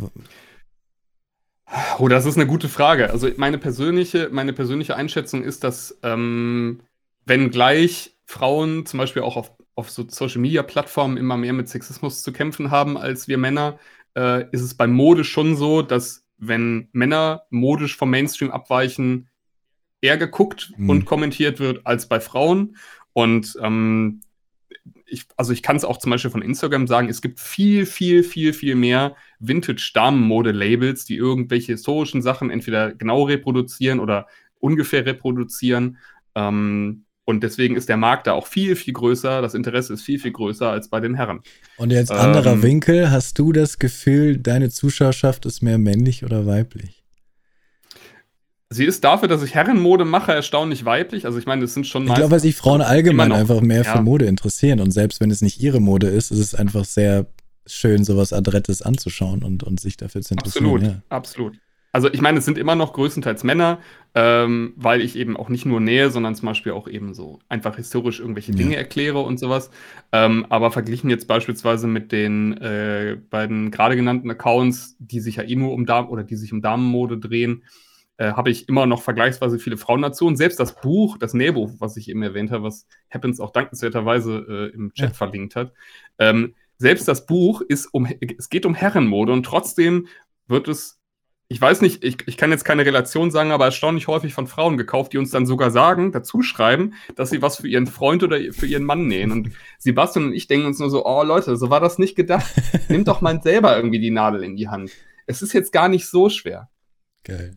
Oh, das ist eine gute Frage. Also meine persönliche Einschätzung ist, dass wenngleich Frauen zum Beispiel auch auf so Social-Media-Plattformen immer mehr mit Sexismus zu kämpfen haben als wir Männer, ist es bei Mode schon so, dass wenn Männer modisch vom Mainstream abweichen, eher geguckt und kommentiert wird als bei Frauen. Und ich kann es auch zum Beispiel von Instagram sagen, es gibt viel, viel, viel, viel mehr Vintage-Damenmode-Labels, die irgendwelche historischen Sachen entweder genau reproduzieren oder ungefähr reproduzieren. Und deswegen ist der Markt da auch viel, viel größer. Das Interesse ist viel, viel größer als bei den Herren. Und jetzt anderer Winkel, hast du das Gefühl, deine Zuschauerschaft ist mehr männlich oder weiblich? Sie ist dafür, dass ich Herrenmode mache, erstaunlich weiblich. Also ich meine, das sind schon Ich glaube, weil sich Frauen allgemein einfach mehr für Ja. Mode interessieren. Und selbst wenn es nicht ihre Mode ist, ist es einfach sehr schön, sowas Adrettes anzuschauen und sich dafür zu interessieren. Absolut, Ja. absolut. Also ich meine, es sind immer noch größtenteils Männer, weil ich eben auch nicht nur nähe, sondern zum Beispiel auch eben so einfach historisch irgendwelche Dinge erkläre und sowas. Aber verglichen jetzt beispielsweise mit den beiden gerade genannten Accounts, die sich ja eh nur um die sich um Damenmode drehen, habe ich immer noch vergleichsweise viele Frauennationen. Selbst das Buch, das Nähbuch, was ich eben erwähnt habe, was Happens auch dankenswerterweise im Chat verlinkt hat, selbst das Buch es geht um Herrenmode und trotzdem wird es, ich weiß nicht, ich kann jetzt keine Relation sagen, aber erstaunlich häufig von Frauen gekauft, die uns dann sogar dazu schreiben, dass sie was für ihren Freund oder für ihren Mann nähen. Und Sebastian und ich denken uns nur so, oh Leute, so war das nicht gedacht. Nehmt doch mal selber irgendwie die Nadel in die Hand. Es ist jetzt gar nicht so schwer. Geil.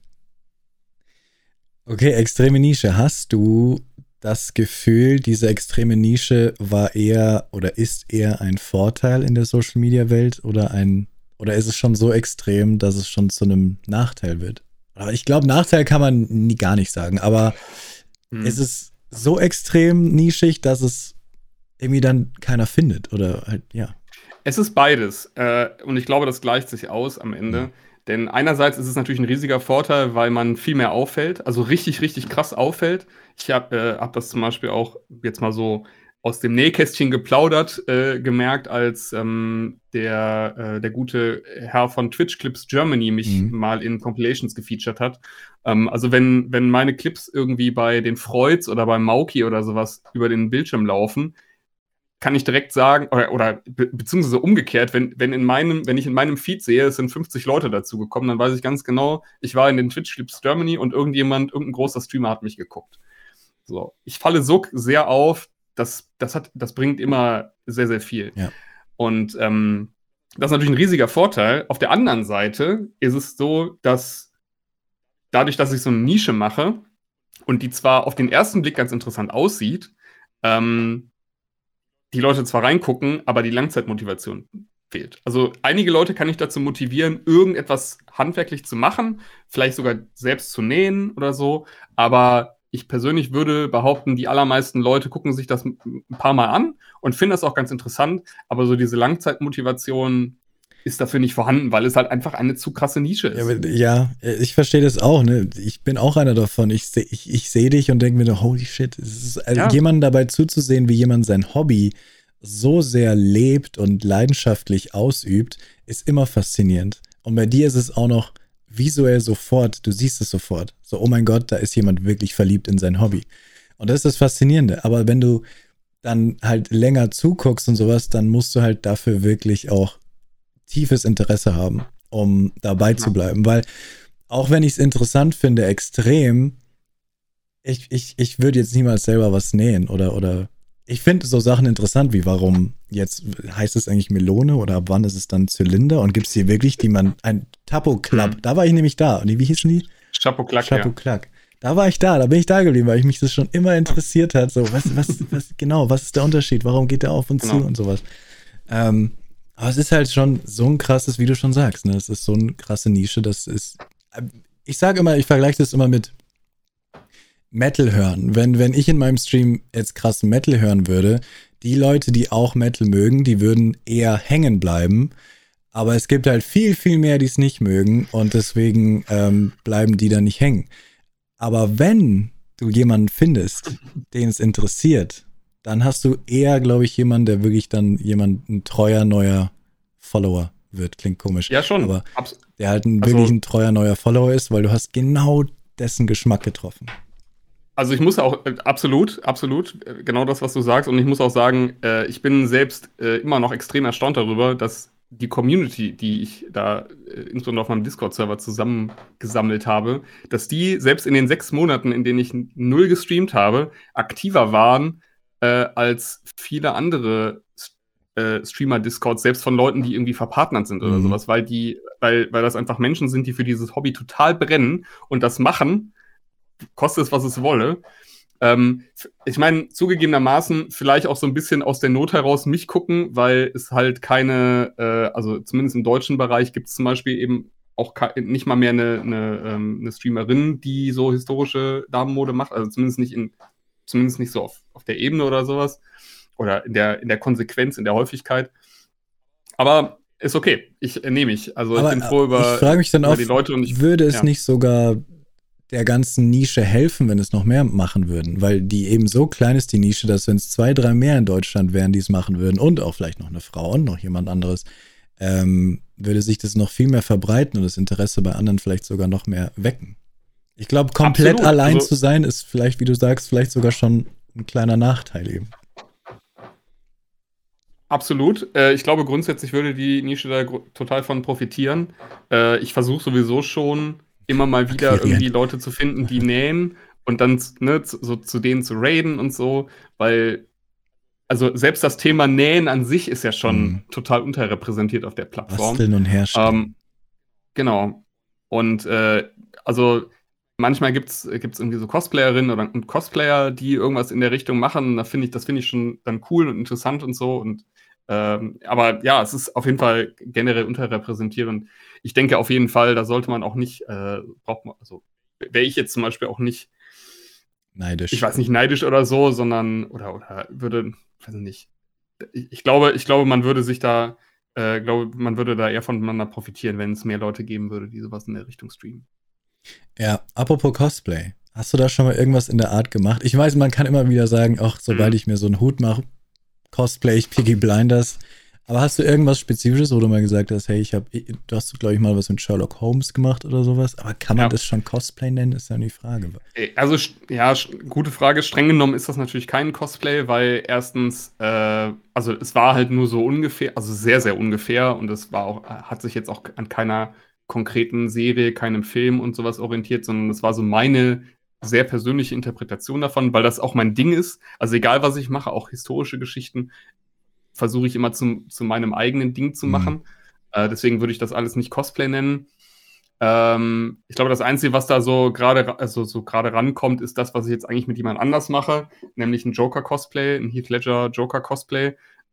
Okay, extreme Nische. Hast du das Gefühl, diese extreme Nische war eher oder ist eher ein Vorteil in der Social-Media-Welt oder ist es schon so extrem, dass es schon zu einem Nachteil wird? Aber ich glaube, Nachteil kann man gar nicht sagen, aber ist es so extrem nischig, dass es irgendwie dann keiner findet oder halt, ja. Es ist beides und ich glaube, das gleicht sich aus am Ende. Denn einerseits ist es natürlich ein riesiger Vorteil, weil man viel mehr auffällt, also richtig, richtig krass auffällt. Ich hab das zum Beispiel auch jetzt mal so aus dem Nähkästchen geplaudert gemerkt, als der gute Herr von Twitch Clips Germany mich mal in Compilations gefeatured hat. Also wenn meine Clips irgendwie bei den Freuds oder beim Mauki oder sowas über den Bildschirm laufen, kann ich direkt sagen, oder beziehungsweise umgekehrt, wenn ich in meinem Feed sehe, es sind 50 Leute dazu gekommen, dann weiß ich ganz genau, ich war in den Twitch Clips Germany und irgendein großer Streamer hat mich geguckt. So, ich falle so sehr auf, das bringt immer sehr, sehr viel. Ja. Und das ist natürlich ein riesiger Vorteil. Auf der anderen Seite ist es so, dass dadurch, dass ich so eine Nische mache und die zwar auf den ersten Blick ganz interessant aussieht, die Leute zwar reingucken, aber die Langzeitmotivation fehlt. Also einige Leute kann ich dazu motivieren, irgendetwas handwerklich zu machen, vielleicht sogar selbst zu nähen oder so, aber ich persönlich würde behaupten, die allermeisten Leute gucken sich das ein paar Mal an und finden das auch ganz interessant, aber so diese Langzeitmotivation ist dafür nicht vorhanden, weil es halt einfach eine zu krasse Nische ist. Ja, ich verstehe das auch, ne? Ich bin auch einer davon. Ich seh dich und denke mir nur, holy shit. Jemandem dabei zuzusehen, wie jemand sein Hobby so sehr lebt und leidenschaftlich ausübt, ist immer faszinierend. Und bei dir ist es auch noch visuell sofort, du siehst es sofort. So, oh mein Gott, da ist jemand wirklich verliebt in sein Hobby. Und das ist das Faszinierende. Aber wenn du dann halt länger zuguckst und sowas, dann musst du halt dafür wirklich auch tiefes Interesse haben, um dabei zu bleiben. Weil auch wenn ich es interessant finde, extrem, ich würde jetzt niemals selber was nähen oder ich finde so Sachen interessant, wie warum jetzt heißt es eigentlich Melone oder ab wann ist es dann Zylinder und gibt es hier wirklich, ein Tapo-Club, da war ich nämlich da. Und wie hießen die? Chapeau-Clack. Da war ich da bin ich da geblieben, weil ich mich das schon immer interessiert hat. So, was genau, was ist der Unterschied? Warum geht der auf und zu und sowas? Aber es ist halt schon so ein krasses, wie du schon sagst, ne? Es ist so eine krasse Nische, ich sage immer, ich vergleiche das immer mit Metal hören. Wenn ich in meinem Stream jetzt krass Metal hören würde, die Leute, die auch Metal mögen, die würden eher hängen bleiben. Aber es gibt halt viel, viel mehr, die es nicht mögen und deswegen bleiben die da nicht hängen. Aber wenn du jemanden findest, den es interessiert, dann hast du eher, glaube ich, jemanden, der wirklich dann ein treuer, neuer Follower wird. Klingt komisch. Ja, schon. Aber der halt wirklich ein treuer, neuer Follower ist, weil du hast genau dessen Geschmack getroffen. Also ich muss auch, absolut, genau das, was du sagst. Und ich muss auch sagen, ich bin selbst immer noch extrem erstaunt darüber, dass die Community, die ich da insbesondere auf meinem Discord-Server zusammengesammelt habe, dass die selbst in den 6 Monaten, in denen ich 0 gestreamt habe, aktiver waren als viele andere Streamer-Discords, selbst von Leuten, die irgendwie verpartnert sind oder sowas, weil das einfach Menschen sind, die für dieses Hobby total brennen und das machen, koste es, was es wolle. Ich meine, zugegebenermaßen vielleicht auch so ein bisschen aus der Not heraus mich gucken, weil es halt keine, also zumindest im deutschen Bereich gibt es zum Beispiel eben auch nicht mal mehr eine Streamerin, die so historische Damenmode macht, also zumindest nicht so auf der Ebene oder sowas oder in der Konsequenz, in der Häufigkeit. Aber ist okay, ich nehme mich. Also ich bin froh über ich frage mich dann über oft, die Leute und würde es nicht sogar der ganzen Nische helfen, wenn es noch mehr machen würden, weil die eben so klein ist, die Nische, dass wenn es 2, 3 mehr in Deutschland wären, die es machen würden und auch vielleicht noch eine Frau und noch jemand anderes, würde sich das noch viel mehr verbreiten und das Interesse bei anderen vielleicht sogar noch mehr wecken. Ich glaube, komplett allein zu sein, ist vielleicht, wie du sagst, vielleicht sogar schon ein kleiner Nachteil eben. Absolut. Ich glaube, grundsätzlich würde die Nische da total von profitieren. Ich versuche sowieso schon immer mal wieder irgendwie Leute zu finden, die nähen und dann so zu denen zu raiden und so, weil also selbst das Thema Nähen an sich ist ja schon total unterrepräsentiert auf der Plattform. Basteln und herstellen. Genau. Und also manchmal gibt's irgendwie so Cosplayerinnen oder Cosplayer, die irgendwas in der Richtung machen. Das finde ich schon dann cool und interessant und so. Und aber ja, es ist auf jeden Fall generell unterrepräsentiert und ich denke auf jeden Fall, da sollte man auch nicht, also wäre ich jetzt zum Beispiel auch nicht neidisch. Ich weiß nicht, neidisch oder so, sondern oder würde, weiß nicht. Ich glaube, man würde sich da, man würde da eher voneinander profitieren, wenn es mehr Leute geben würde, die sowas in der Richtung streamen. Ja, apropos Cosplay. Hast du da schon mal irgendwas in der Art gemacht? Ich weiß, man kann immer wieder sagen, ach, sobald ich mir so einen Hut mache, Cosplay ich Peaky Blinders. Aber hast du irgendwas Spezifisches, wo du mal gesagt hast, hey, du hast, glaube ich, mal was mit Sherlock Holmes gemacht oder sowas, aber kann man das schon Cosplay nennen, ist ja die Frage. Also, ja, gute Frage. Streng genommen ist das natürlich kein Cosplay, weil erstens, also es war halt nur so ungefähr, also sehr, sehr ungefähr und es war auch, hat sich jetzt auch an keiner konkreten Serie, keinem Film und sowas orientiert, sondern es war so meine sehr persönliche Interpretation davon, weil das auch mein Ding ist. Also egal, was ich mache, auch historische Geschichten, versuche ich immer zu meinem eigenen Ding zu machen. Deswegen würde ich das alles nicht Cosplay nennen. Ich glaube, das Einzige, was da so gerade rankommt, ist das, was ich jetzt eigentlich mit jemand anders mache, nämlich ein Joker-Cosplay, ein Heath Ledger Joker-Cosplay,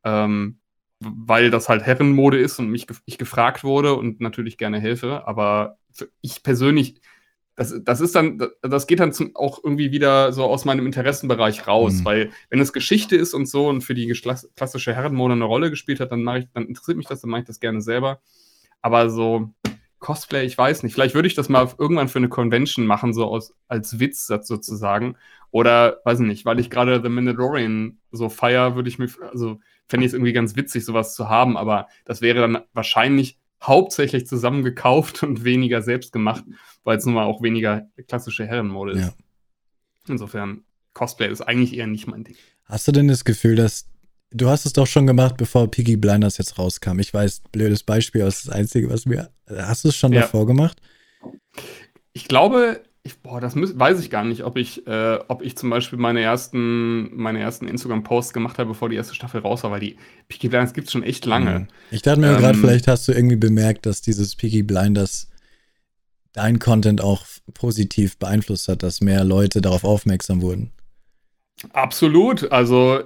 weil das halt Herrenmode ist und ich gefragt wurde und natürlich gerne helfe. Aber ich persönlich, das geht dann auch irgendwie wieder so aus meinem Interessenbereich raus, weil wenn es Geschichte ist und so und für die klassische Herrenmode eine Rolle gespielt hat, dann interessiert mich das, dann mache ich das gerne selber. Aber so Cosplay, ich weiß nicht, vielleicht würde ich das mal irgendwann für eine Convention machen, so als Witz sozusagen. Oder, weiß ich nicht, weil ich gerade The Mandalorian so feiere, fände ich es irgendwie ganz witzig, sowas zu haben, aber das wäre dann wahrscheinlich hauptsächlich zusammengekauft und weniger selbst gemacht, weil es nun mal auch weniger klassische Herrenmode ist. Ja. Insofern, Cosplay ist eigentlich eher nicht mein Ding. Hast du denn das Gefühl, dass du hast es doch schon gemacht, bevor Peaky Blinders jetzt rauskam? Ich weiß, blödes Beispiel, aber das ist das Einzige, was mir... Hast du es schon davor gemacht? Ich glaube... weiß ich gar nicht, ob ich zum Beispiel meine ersten Instagram-Posts gemacht habe, bevor die erste Staffel raus war, weil die Peaky Blinders gibt es schon echt lange. Ich dachte mir gerade, vielleicht hast du irgendwie bemerkt, dass dieses Peaky Blinders dein Content auch positiv beeinflusst hat, dass mehr Leute darauf aufmerksam wurden. Absolut. Also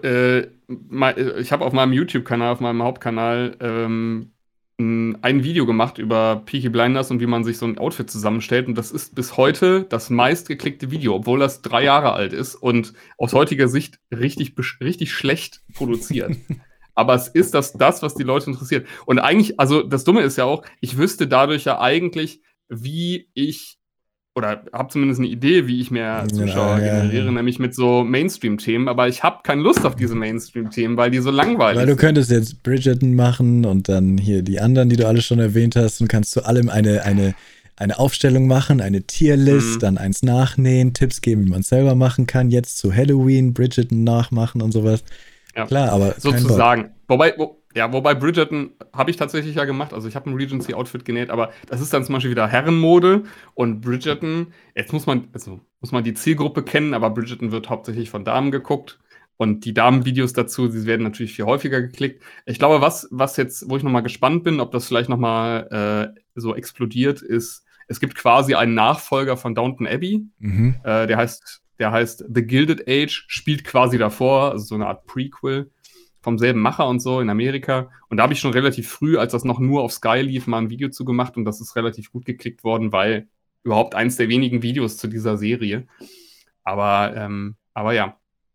ich habe auf meinem YouTube-Kanal, auf meinem Hauptkanal ein Video gemacht über Peaky Blinders und wie man sich so ein Outfit zusammenstellt. Und das ist bis heute das meistgeklickte Video, obwohl das 3 Jahre alt ist und aus heutiger Sicht richtig richtig schlecht produziert. Aber es ist das, was die Leute interessiert. Und eigentlich, also das Dumme ist ja auch, ich wüsste dadurch ja eigentlich, wie ich, oder habe zumindest eine Idee, wie ich mehr Zuschauer generiere, nämlich mit so Mainstream-Themen, aber ich habe keine Lust auf diese Mainstream-Themen, weil die so langweilig sind. Weil du könntest jetzt Bridgerton machen und dann hier die anderen, die du alle schon erwähnt hast, und kannst zu allem eine Aufstellung machen, eine Tierlist, dann eins nachnähen, Tipps geben, wie man es selber machen kann, jetzt zu Halloween, Bridgerton nachmachen und sowas. Ja. Klar, aber sozusagen. Wobei, Ja, wobei Bridgerton habe ich tatsächlich ja gemacht. Also ich habe ein Regency-Outfit genäht, aber das ist dann zum Beispiel wieder Herrenmode und Bridgerton, jetzt muss man die Zielgruppe kennen, aber Bridgerton wird hauptsächlich von Damen geguckt und die Damenvideos dazu, die werden natürlich viel häufiger geklickt. Ich glaube, was jetzt, wo ich nochmal gespannt bin, ob das vielleicht nochmal so explodiert, ist, es gibt quasi einen Nachfolger von Downton Abbey, der heißt The Gilded Age, spielt quasi davor, also so eine Art Prequel vom selben Macher und so in Amerika. Und da habe ich schon relativ früh, als das noch nur auf Sky lief, mal ein Video zu gemacht und das ist relativ gut geklickt worden, weil überhaupt eins der wenigen Videos zu dieser Serie. Aber ja.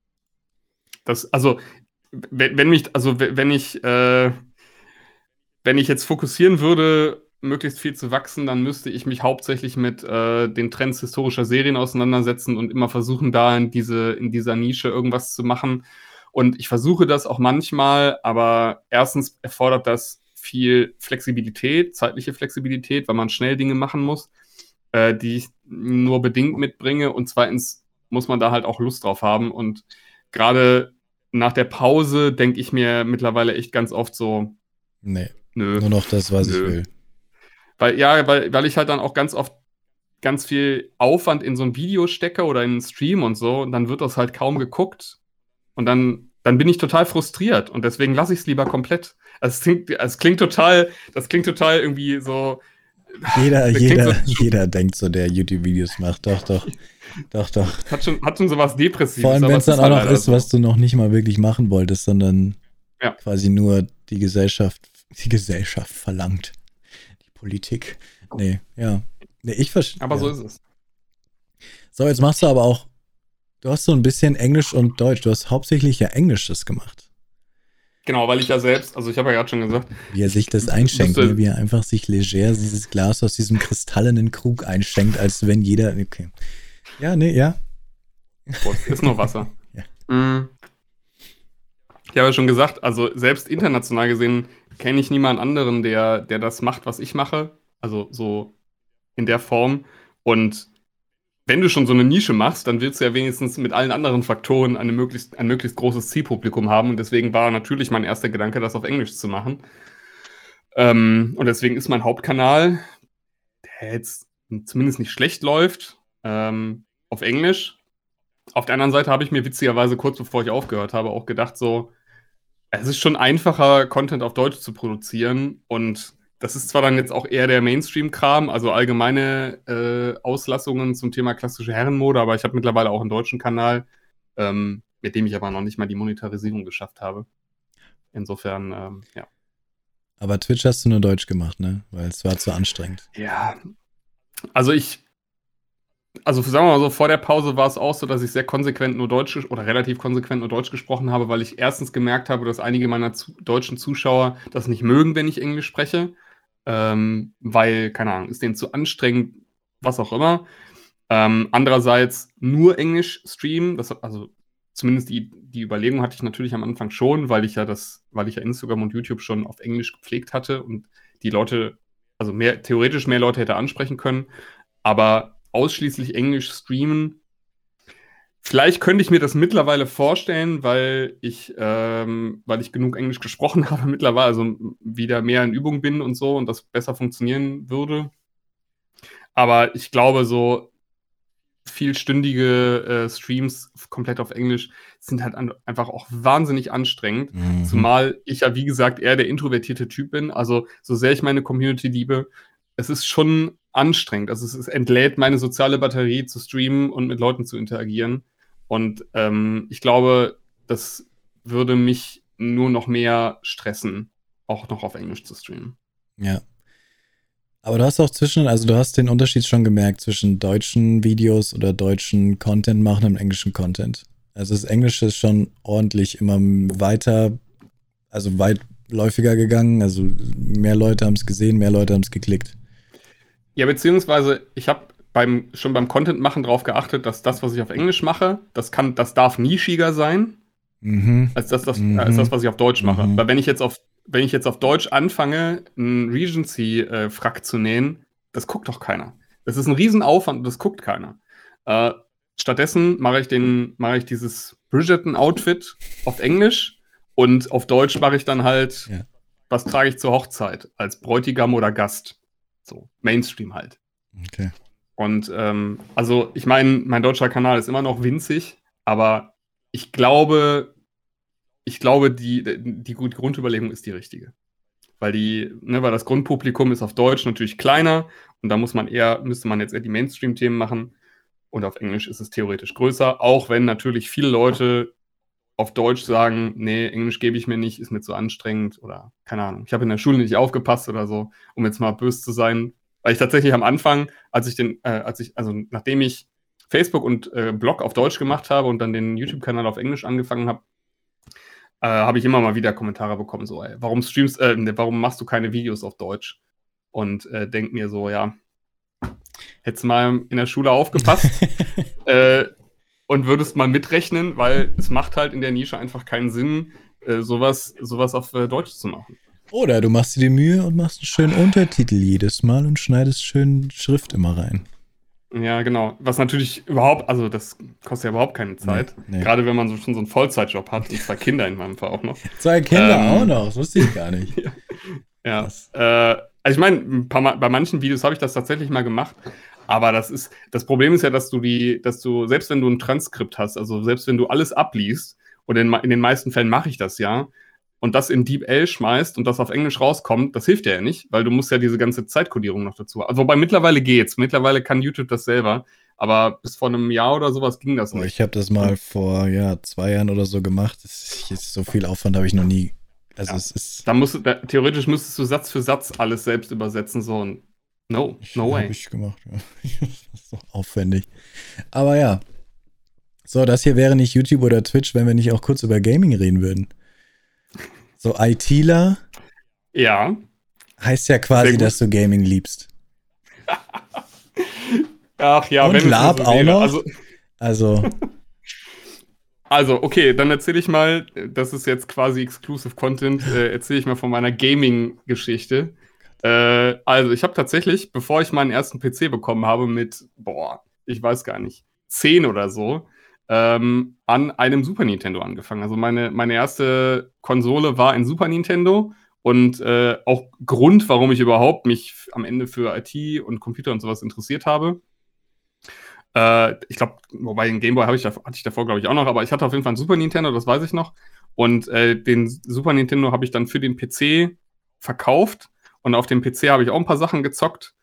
Wenn ich jetzt fokussieren würde, möglichst viel zu wachsen, dann müsste ich mich hauptsächlich mit den Trends historischer Serien auseinandersetzen und immer versuchen, da in dieser Nische irgendwas zu machen. Und ich versuche das auch manchmal, aber erstens erfordert das viel Flexibilität, zeitliche Flexibilität, weil man schnell Dinge machen muss, die ich nur bedingt mitbringe. Und zweitens muss man da halt auch Lust drauf haben. Und gerade nach der Pause denke ich mir mittlerweile echt ganz oft so, nee, nö. Nur noch das, was ich will. Weil ich halt dann auch ganz oft ganz viel Aufwand in so ein Video stecke oder in einen Stream und so, und dann wird das halt kaum geguckt. Und dann bin ich total frustriert und deswegen lasse ich es lieber komplett. Also das klingt total irgendwie so. Jeder denkt so, der YouTube-Videos macht. Doch. Hat schon sowas Depressives. Vor allem, wenn es dann auch noch ist, was du noch nicht mal wirklich machen wolltest, sondern quasi nur die Gesellschaft verlangt. Die Politik. Nee, ich verstehe. Aber so ist es. So, jetzt machst du aber auch, du hast so ein bisschen Englisch und Deutsch. Du hast hauptsächlich ja Englisch das gemacht. Genau, weil ich ja selbst, also ich habe ja gerade schon gesagt. Wie er sich das einschenkt, wie er einfach sich leger dieses Glas aus diesem kristallenen Krug einschenkt, als wenn jeder, okay. Ja, nee, ja. Boah, ist nur Wasser. Ja. Ich habe ja schon gesagt, also selbst international gesehen kenne ich niemanden anderen, der das macht, was ich mache. Also so in der Form. Und wenn du schon so eine Nische machst, dann willst du ja wenigstens mit allen anderen Faktoren ein möglichst großes Zielpublikum haben. Und deswegen war natürlich mein erster Gedanke, das auf Englisch zu machen. Und deswegen ist mein Hauptkanal, der jetzt zumindest nicht schlecht läuft, auf Englisch. Auf der anderen Seite habe ich mir witzigerweise kurz bevor ich aufgehört habe auch gedacht, so, es ist schon einfacher, Content auf Deutsch zu produzieren. Und das ist zwar dann jetzt auch eher der Mainstream-Kram, also allgemeine Auslassungen zum Thema klassische Herrenmode, aber ich habe mittlerweile auch einen deutschen Kanal, mit dem ich aber noch nicht mal die Monetarisierung geschafft habe. Insofern, ja. Aber Twitch hast du nur Deutsch gemacht, ne? Weil es war zu anstrengend. Ja, also sagen wir mal so, vor der Pause war es auch so, dass ich sehr konsequent nur Deutsch oder relativ konsequent nur Deutsch gesprochen habe, weil ich erstens gemerkt habe, dass einige meiner deutschen Zuschauer das nicht mögen, wenn ich Englisch spreche. Weil, keine Ahnung, ist denen zu anstrengend, was auch immer. Andererseits nur Englisch streamen, also zumindest die Überlegung hatte ich natürlich am Anfang schon, weil ich ja Instagram und YouTube schon auf Englisch gepflegt hatte und die Leute, also theoretisch mehr Leute hätte ansprechen können, aber ausschließlich Englisch streamen. Vielleicht könnte ich mir das mittlerweile vorstellen, weil ich genug Englisch gesprochen habe mittlerweile, also wieder mehr in Übung bin und so und das besser funktionieren würde. Aber ich glaube, so vielstündige Streams komplett auf Englisch sind halt einfach auch wahnsinnig anstrengend. Mhm. Zumal ich ja, wie gesagt, eher der introvertierte Typ bin. Also so sehr ich meine Community liebe, es ist schon anstrengend. Also es entlädt meine soziale Batterie zu streamen und mit Leuten zu interagieren. Und ich glaube, das würde mich nur noch mehr stressen, auch noch auf Englisch zu streamen. Ja. Aber du hast auch du hast den Unterschied schon gemerkt zwischen deutschen Videos oder deutschen Content machen und englischen Content. Also das Englische ist schon ordentlich immer weitläufiger gegangen. Also mehr Leute haben es gesehen, mehr Leute haben es geklickt. Ja, beziehungsweise ich habe schon beim Content machen darauf geachtet, dass das, was ich auf Englisch mache, das darf nischiger sein, als das, was ich auf Deutsch mache. Weil wenn ich jetzt auf Deutsch anfange, einen Regency-Frack zu nähen, das guckt doch keiner. Das ist ein Riesenaufwand und das guckt keiner. Stattdessen mache ich dieses Bridgerton-Outfit auf Englisch und auf Deutsch mache ich dann halt was trage ich zur Hochzeit? Als Bräutigam oder Gast? So, Mainstream halt. Okay. Und also ich meine, mein deutscher Kanal ist immer noch winzig, aber ich glaube, die Grundüberlegung ist die richtige. Weil das Grundpublikum ist auf Deutsch natürlich kleiner und da müsste man jetzt eher die Mainstream-Themen machen. Und auf Englisch ist es theoretisch größer, auch wenn natürlich viele Leute auf Deutsch sagen, nee, Englisch gebe ich mir nicht, ist mir zu anstrengend oder keine Ahnung. Ich habe in der Schule nicht aufgepasst oder so, um jetzt mal böse zu sein. Weil ich tatsächlich am Anfang, nachdem ich Facebook und Blog auf Deutsch gemacht habe und dann den YouTube-Kanal auf Englisch angefangen habe, habe ich immer mal wieder Kommentare bekommen, so, ey, warum machst du keine Videos auf Deutsch? Und denk mir so, ja, hättest mal in der Schule aufgepasst und würdest mal mitrechnen, weil es macht halt in der Nische einfach keinen Sinn, sowas auf Deutsch zu machen. Oder du machst dir die Mühe und machst einen schönen Untertitel jedes Mal und schneidest schön Schrift immer rein. Ja, genau. Was natürlich das kostet ja überhaupt keine Zeit. Nee. Gerade wenn man schon so einen Vollzeitjob hat und 2 Kinder in meinem Fall auch noch. 2 Kinder auch noch, das wusste ich gar nicht. Ja. Also ich meine, bei manchen Videos habe ich das tatsächlich mal gemacht, aber das Problem ist ja, dass du, selbst wenn du ein Transkript hast, also selbst wenn du alles abliest, und in den meisten Fällen mache ich das ja, und das in DeepL schmeißt und das auf Englisch rauskommt, das hilft dir ja nicht, weil du musst ja diese ganze Zeitkodierung noch dazu. Also wobei mittlerweile geht's. Mittlerweile kann YouTube das selber, aber bis vor einem Jahr oder sowas ging das nicht. Ich habe das mal vor 2 Jahren oder so gemacht. So viel Aufwand habe ich noch nie. Also es ist. Theoretisch müsstest du Satz für Satz alles selbst übersetzen, so und no way. Habe ich gemacht, ja. Das ist so aufwendig. Aber ja. So, das hier wäre nicht YouTube oder Twitch, wenn wir nicht auch kurz über Gaming reden würden. So, ITler. Ja. Heißt ja quasi, dass du Gaming liebst. Ach ja, und wenn Lab es so auch wäre. noch. Also, okay, dann erzähle ich mal, das ist jetzt quasi Exclusive Content, erzähle ich mal von meiner Gaming-Geschichte. Also, ich habe tatsächlich, bevor ich meinen ersten PC bekommen habe mit, ich weiß gar nicht, 10 oder so, an einem Super Nintendo angefangen. Also meine erste Konsole war ein Super Nintendo und auch Grund, warum ich überhaupt mich am Ende für IT und Computer und sowas interessiert habe. Ich glaube, wobei den Gameboy hatte ich davor, glaube ich, auch noch, aber ich hatte auf jeden Fall einen Super Nintendo, das weiß ich noch. Und den Super Nintendo habe ich dann für den PC verkauft und auf dem PC habe ich auch ein paar Sachen gezockt.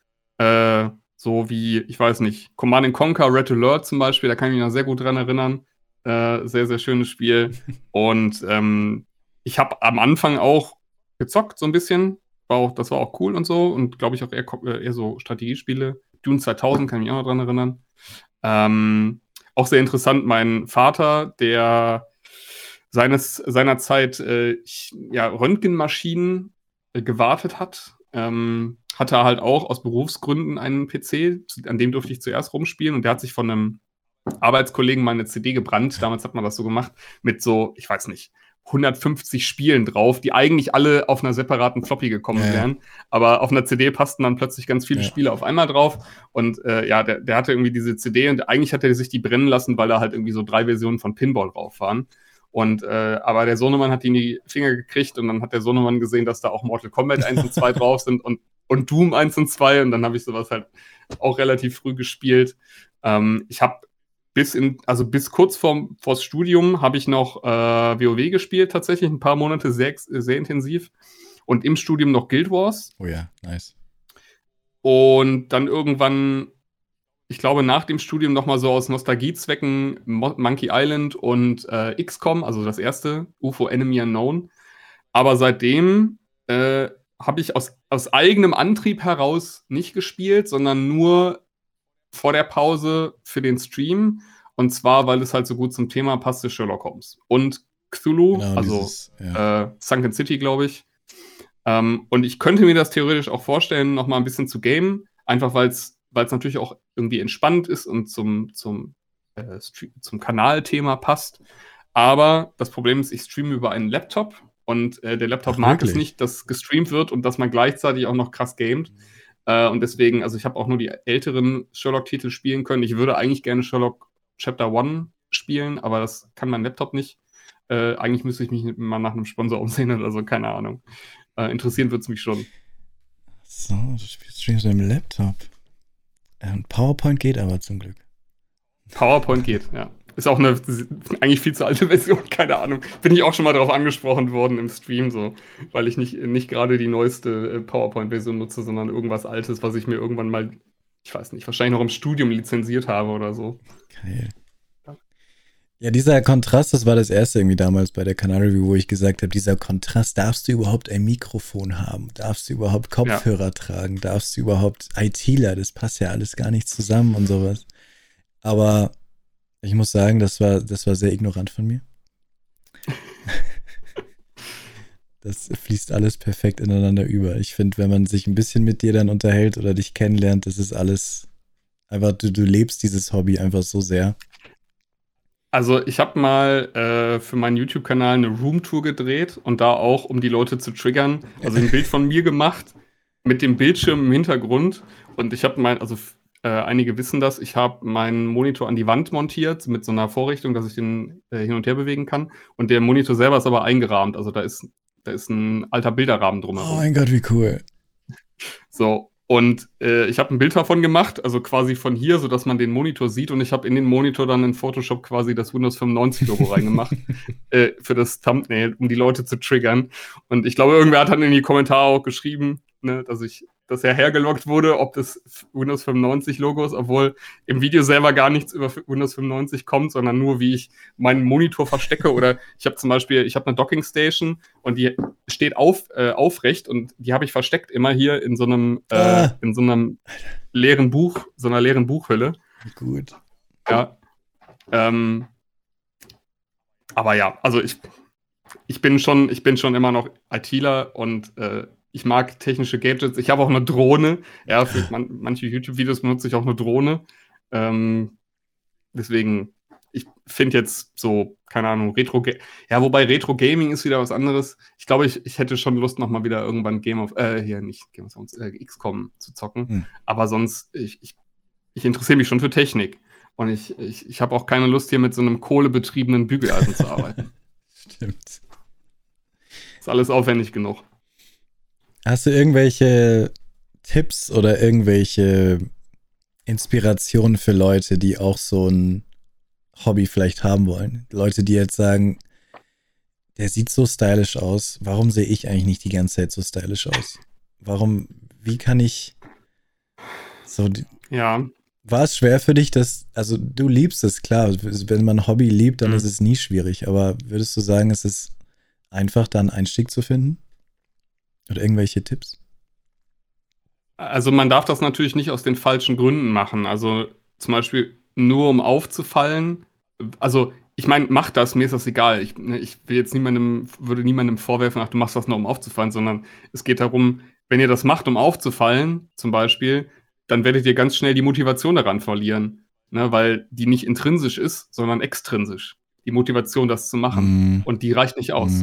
So wie, ich weiß nicht, Command & Conquer, Red Alert zum Beispiel, da kann ich mich noch sehr gut dran erinnern. Sehr, sehr schönes Spiel. Und ich habe am Anfang auch gezockt, so ein bisschen. Das war auch cool und so. Und glaube ich auch eher so Strategiespiele. Dune 2000 kann ich mich auch noch dran erinnern. Auch sehr interessant, mein Vater, der seinerzeit Röntgenmaschinen gewartet hat, hatte er halt auch aus Berufsgründen einen PC, an dem durfte ich zuerst rumspielen und der hat sich von einem Arbeitskollegen mal eine CD gebrannt, damals hat man das so gemacht, mit so, ich weiß nicht, 150 Spielen drauf, die eigentlich alle auf einer separaten Floppy gekommen wären, aber auf einer CD passten dann plötzlich ganz viele Spiele auf einmal drauf und der hatte irgendwie diese CD und eigentlich hat er sich die brennen lassen, weil da halt irgendwie so 3 Versionen von Pinball drauf waren. Und aber der Sohnemann hat ihn in die Finger gekriegt und dann hat der Sohnemann gesehen, dass da auch Mortal Kombat 1 und 2 drauf sind und Doom 1 und 2 und dann habe ich sowas halt auch relativ früh gespielt. Ich habe bis kurz vors Studium habe ich noch WoW gespielt, tatsächlich ein paar Monate sehr, sehr intensiv und im Studium noch Guild Wars. Oh ja, nice. Und dann irgendwann, ich glaube, nach dem Studium nochmal so aus Nostalgiezwecken Monkey Island und XCOM, also das erste, UFO Enemy Unknown. Aber seitdem habe ich aus eigenem Antrieb heraus nicht gespielt, sondern nur vor der Pause für den Stream. Und zwar, weil es halt so gut zum Thema passte, Sherlock Holmes. Und Cthulhu, genau, Sunken City, glaube ich. Und ich könnte mir das theoretisch auch vorstellen, nochmal ein bisschen zu gamen. Einfach, weil es natürlich auch irgendwie entspannt ist und zum Kanalthema passt. Aber das Problem ist, ich streame über einen Laptop und der Laptop mag es nicht, dass gestreamt wird und dass man gleichzeitig auch noch krass gamet. Und deswegen, also ich habe auch nur die älteren Sherlock-Titel spielen können. Ich würde eigentlich gerne Sherlock Chapter 1 spielen, aber das kann mein Laptop nicht. Eigentlich müsste ich mich mal nach einem Sponsor umsehen oder so, keine Ahnung. interessieren wird es mich schon. So, du streamst mit dem Laptop. PowerPoint geht aber zum Glück. PowerPoint geht, ja. Ist auch eine eigentlich viel zu alte Version, keine Ahnung. Bin ich auch schon mal darauf angesprochen worden im Stream, so, weil ich nicht gerade die neueste PowerPoint-Version nutze, sondern irgendwas Altes, was ich mir irgendwann mal, ich weiß nicht, wahrscheinlich noch im Studium lizenziert habe oder so. Geil. Ja, dieser Kontrast, das war das erste irgendwie damals bei der Kanal-Review, wo ich gesagt habe, dieser Kontrast, darfst du überhaupt ein Mikrofon haben? Darfst du überhaupt Kopfhörer tragen? Darfst du überhaupt ITler? Das passt ja alles gar nicht zusammen und sowas. Aber ich muss sagen, das war sehr ignorant von mir. Das fließt alles perfekt ineinander über. Ich finde, wenn man sich ein bisschen mit dir dann unterhält oder dich kennenlernt, das ist alles einfach, du lebst dieses Hobby einfach so sehr. Also ich habe mal für meinen YouTube-Kanal eine Roomtour gedreht und da auch, um die Leute zu triggern, also ein Bild von mir gemacht mit dem Bildschirm im Hintergrund. Und ich habe einige wissen das, ich habe meinen Monitor an die Wand montiert mit so einer Vorrichtung, dass ich den hin und her bewegen kann. Und der Monitor selber ist aber eingerahmt, also da ist ein alter Bilderrahmen drumherum. Oh mein Gott, wie cool. So, und ich habe ein Bild davon gemacht, also quasi von hier, sodass man den Monitor sieht. Und ich habe in den Monitor dann in Photoshop quasi das Windows 95-Logo reingemacht für das Thumbnail, um die Leute zu triggern. Und ich glaube, irgendwer hat dann in die Kommentare auch geschrieben, ne, dass er hergelockt wurde, ob das Windows 95-Logo ist, obwohl im Video selber gar nichts über Windows 95 kommt, sondern nur, wie ich meinen Monitor verstecke. Oder ich habe zum Beispiel, eine Docking Station und die steht aufrecht und die habe ich versteckt immer hier in so einem leeren Buch, so einer leeren Buchhülle. Gut. Ja. Aber ja, also ich bin schon immer noch ITler und ich mag technische Gadgets. Ich habe auch eine Drohne. Ja, für manche YouTube-Videos benutze ich auch eine Drohne. Deswegen, ich finde jetzt so, keine Ahnung, wobei Retro-Gaming ist wieder was anderes. Ich glaube, ich hätte schon Lust, nochmal wieder irgendwann XCOM zu zocken. Aber sonst, ich interessiere mich schon für Technik. Und ich habe auch keine Lust, hier mit so einem kohlebetriebenen Bügeleisen zu arbeiten. Stimmt. Ist alles aufwendig genug. Hast du irgendwelche Tipps oder irgendwelche Inspirationen für Leute, die auch so ein Hobby vielleicht haben wollen? Leute, die jetzt sagen, der sieht so stylisch aus, warum sehe ich eigentlich nicht die ganze Zeit so stylisch aus? Wie kann ich so... Ja. War es schwer für dich, also du liebst es, klar, wenn man ein Hobby liebt, dann ist es nie schwierig, aber würdest du sagen, es ist einfach, da einen Einstieg zu finden? Oder irgendwelche Tipps? Also man darf das natürlich nicht aus den falschen Gründen machen. Also zum Beispiel nur um aufzufallen. Also ich meine, mach das, mir ist das egal. Ich will jetzt würde niemandem vorwerfen, ach, du machst das nur um aufzufallen, sondern es geht darum, wenn ihr das macht, um aufzufallen, zum Beispiel, dann werdet ihr ganz schnell die Motivation daran verlieren. Ne, weil die nicht intrinsisch ist, sondern extrinsisch. Die Motivation, das zu machen. Und die reicht nicht aus.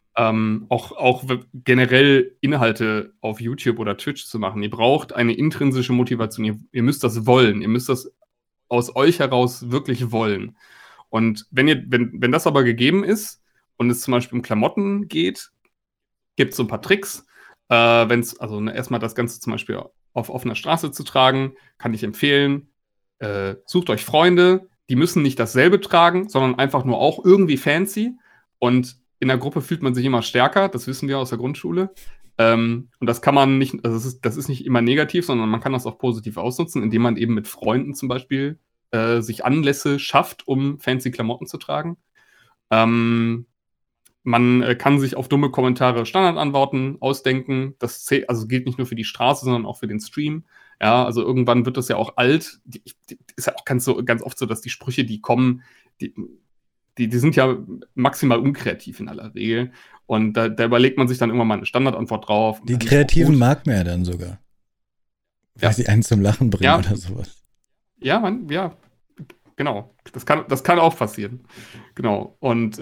Auch generell Inhalte auf YouTube oder Twitch zu machen. Ihr braucht eine intrinsische Motivation. Ihr müsst das wollen. Ihr müsst das aus euch heraus wirklich wollen. Und wenn das aber gegeben ist und es zum Beispiel um Klamotten geht, gibt es so ein paar Tricks. Erstmal das Ganze zum Beispiel auf offener Straße zu tragen, kann ich empfehlen. Sucht euch Freunde, die müssen nicht dasselbe tragen, sondern einfach nur auch irgendwie fancy. Und in der Gruppe fühlt man sich immer stärker, das wissen wir aus der Grundschule. Und das kann man nicht, also das ist nicht immer negativ, sondern man kann das auch positiv ausnutzen, indem man eben mit Freunden zum Beispiel sich Anlässe schafft, um fancy Klamotten zu tragen. Man kann sich auf dumme Kommentare Standardantworten ausdenken. Das gilt nicht nur für die Straße, sondern auch für den Stream. Ja, also irgendwann wird das ja auch alt. Ist ja auch ganz oft so, dass die Sprüche, die kommen, die sind ja maximal unkreativ in aller Regel. Und da überlegt man sich dann irgendwann mal eine Standardantwort drauf. Die Kreativen mag man ja dann sogar. Weil sie einen zum Lachen bringen oder sowas. Ja, genau. Das kann auch passieren. Genau. Und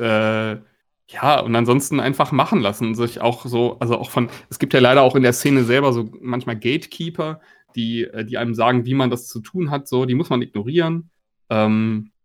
und ansonsten einfach machen lassen. Sich auch so, es gibt ja leider auch in der Szene selber so manchmal Gatekeeper, die einem sagen, wie man das zu tun hat. So, die muss man ignorieren.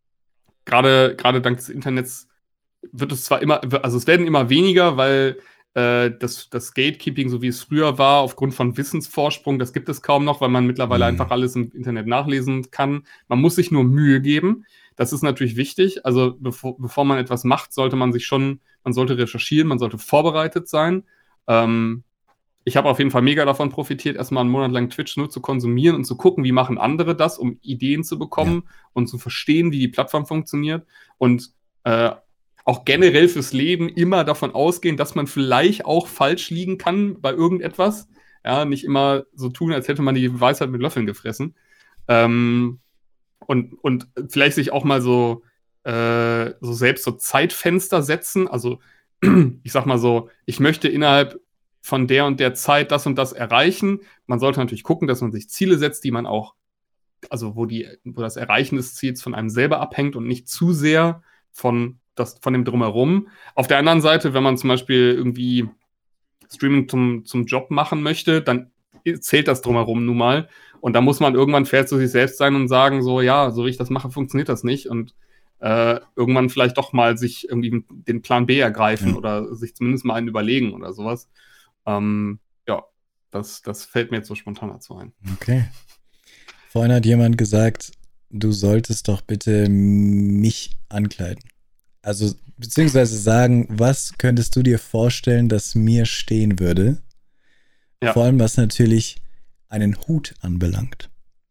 Gerade dank des Internets wird es zwar immer, also es werden immer weniger, weil das Gatekeeping, so wie es früher war, aufgrund von Wissensvorsprung, das gibt es kaum noch, weil man mittlerweile einfach alles im Internet nachlesen kann. Man muss sich nur Mühe geben. Das ist natürlich wichtig. Also bevor man etwas macht, man sollte recherchieren, man sollte vorbereitet sein. Ich habe auf jeden Fall mega davon profitiert, erstmal einen Monat lang Twitch nur zu konsumieren und zu gucken, wie machen andere das, um Ideen zu bekommen und zu verstehen, wie die Plattform funktioniert. Und auch generell fürs Leben immer davon ausgehen, dass man vielleicht auch falsch liegen kann bei irgendetwas. Ja, nicht immer so tun, als hätte man die Weisheit mit Löffeln gefressen. Und vielleicht sich auch mal so selbst so Zeitfenster setzen. Also ich sag mal so, ich möchte innerhalb von der und der Zeit das und das erreichen. Man sollte natürlich gucken, dass man sich Ziele setzt, die man auch, also wo das Erreichen des Ziels von einem selber abhängt und nicht zu sehr von dem Drumherum. Auf der anderen Seite, wenn man zum Beispiel irgendwie Streaming zum Job machen möchte, dann zählt das Drumherum nun mal. Und da muss man irgendwann fair zu sich selbst sein und sagen, so, ja, so wie ich das mache, funktioniert das nicht. Und irgendwann vielleicht doch mal sich irgendwie den Plan B ergreifen oder sich zumindest mal einen überlegen oder sowas. Das fällt mir jetzt so spontan dazu ein. Okay. Vorhin hat jemand gesagt, du solltest doch bitte mich ankleiden. Also, beziehungsweise sagen, was könntest du dir vorstellen, dass mir stehen würde? Ja. Vor allem, was natürlich einen Hut anbelangt.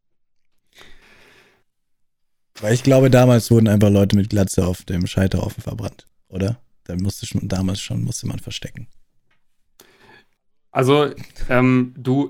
Weil ich glaube, damals wurden einfach Leute mit Glatze auf dem Scheiterhaufen verbrannt, oder? Musste man verstecken. Also, du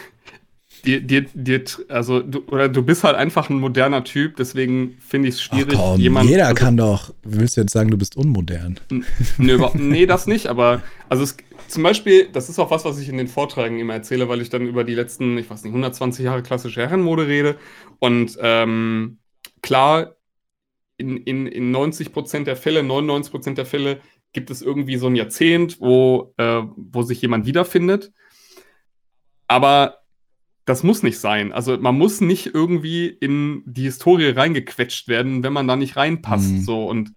bist halt einfach ein moderner Typ, deswegen finde ich es schwierig. Ach komm, jeder kann doch. Willst du jetzt sagen, du bist unmodern? Nee, das nicht, aber zum Beispiel, das ist auch was ich in den Vorträgen immer erzähle, weil ich dann über die letzten, 120 Jahre klassische Herrenmode rede. Und klar, in 90% der Fälle, 99% der Fälle gibt es irgendwie so ein Jahrzehnt, wo sich jemand wiederfindet. Aber das muss nicht sein. Also man muss nicht irgendwie in die Historie reingequetscht werden, wenn man da nicht reinpasst. So, und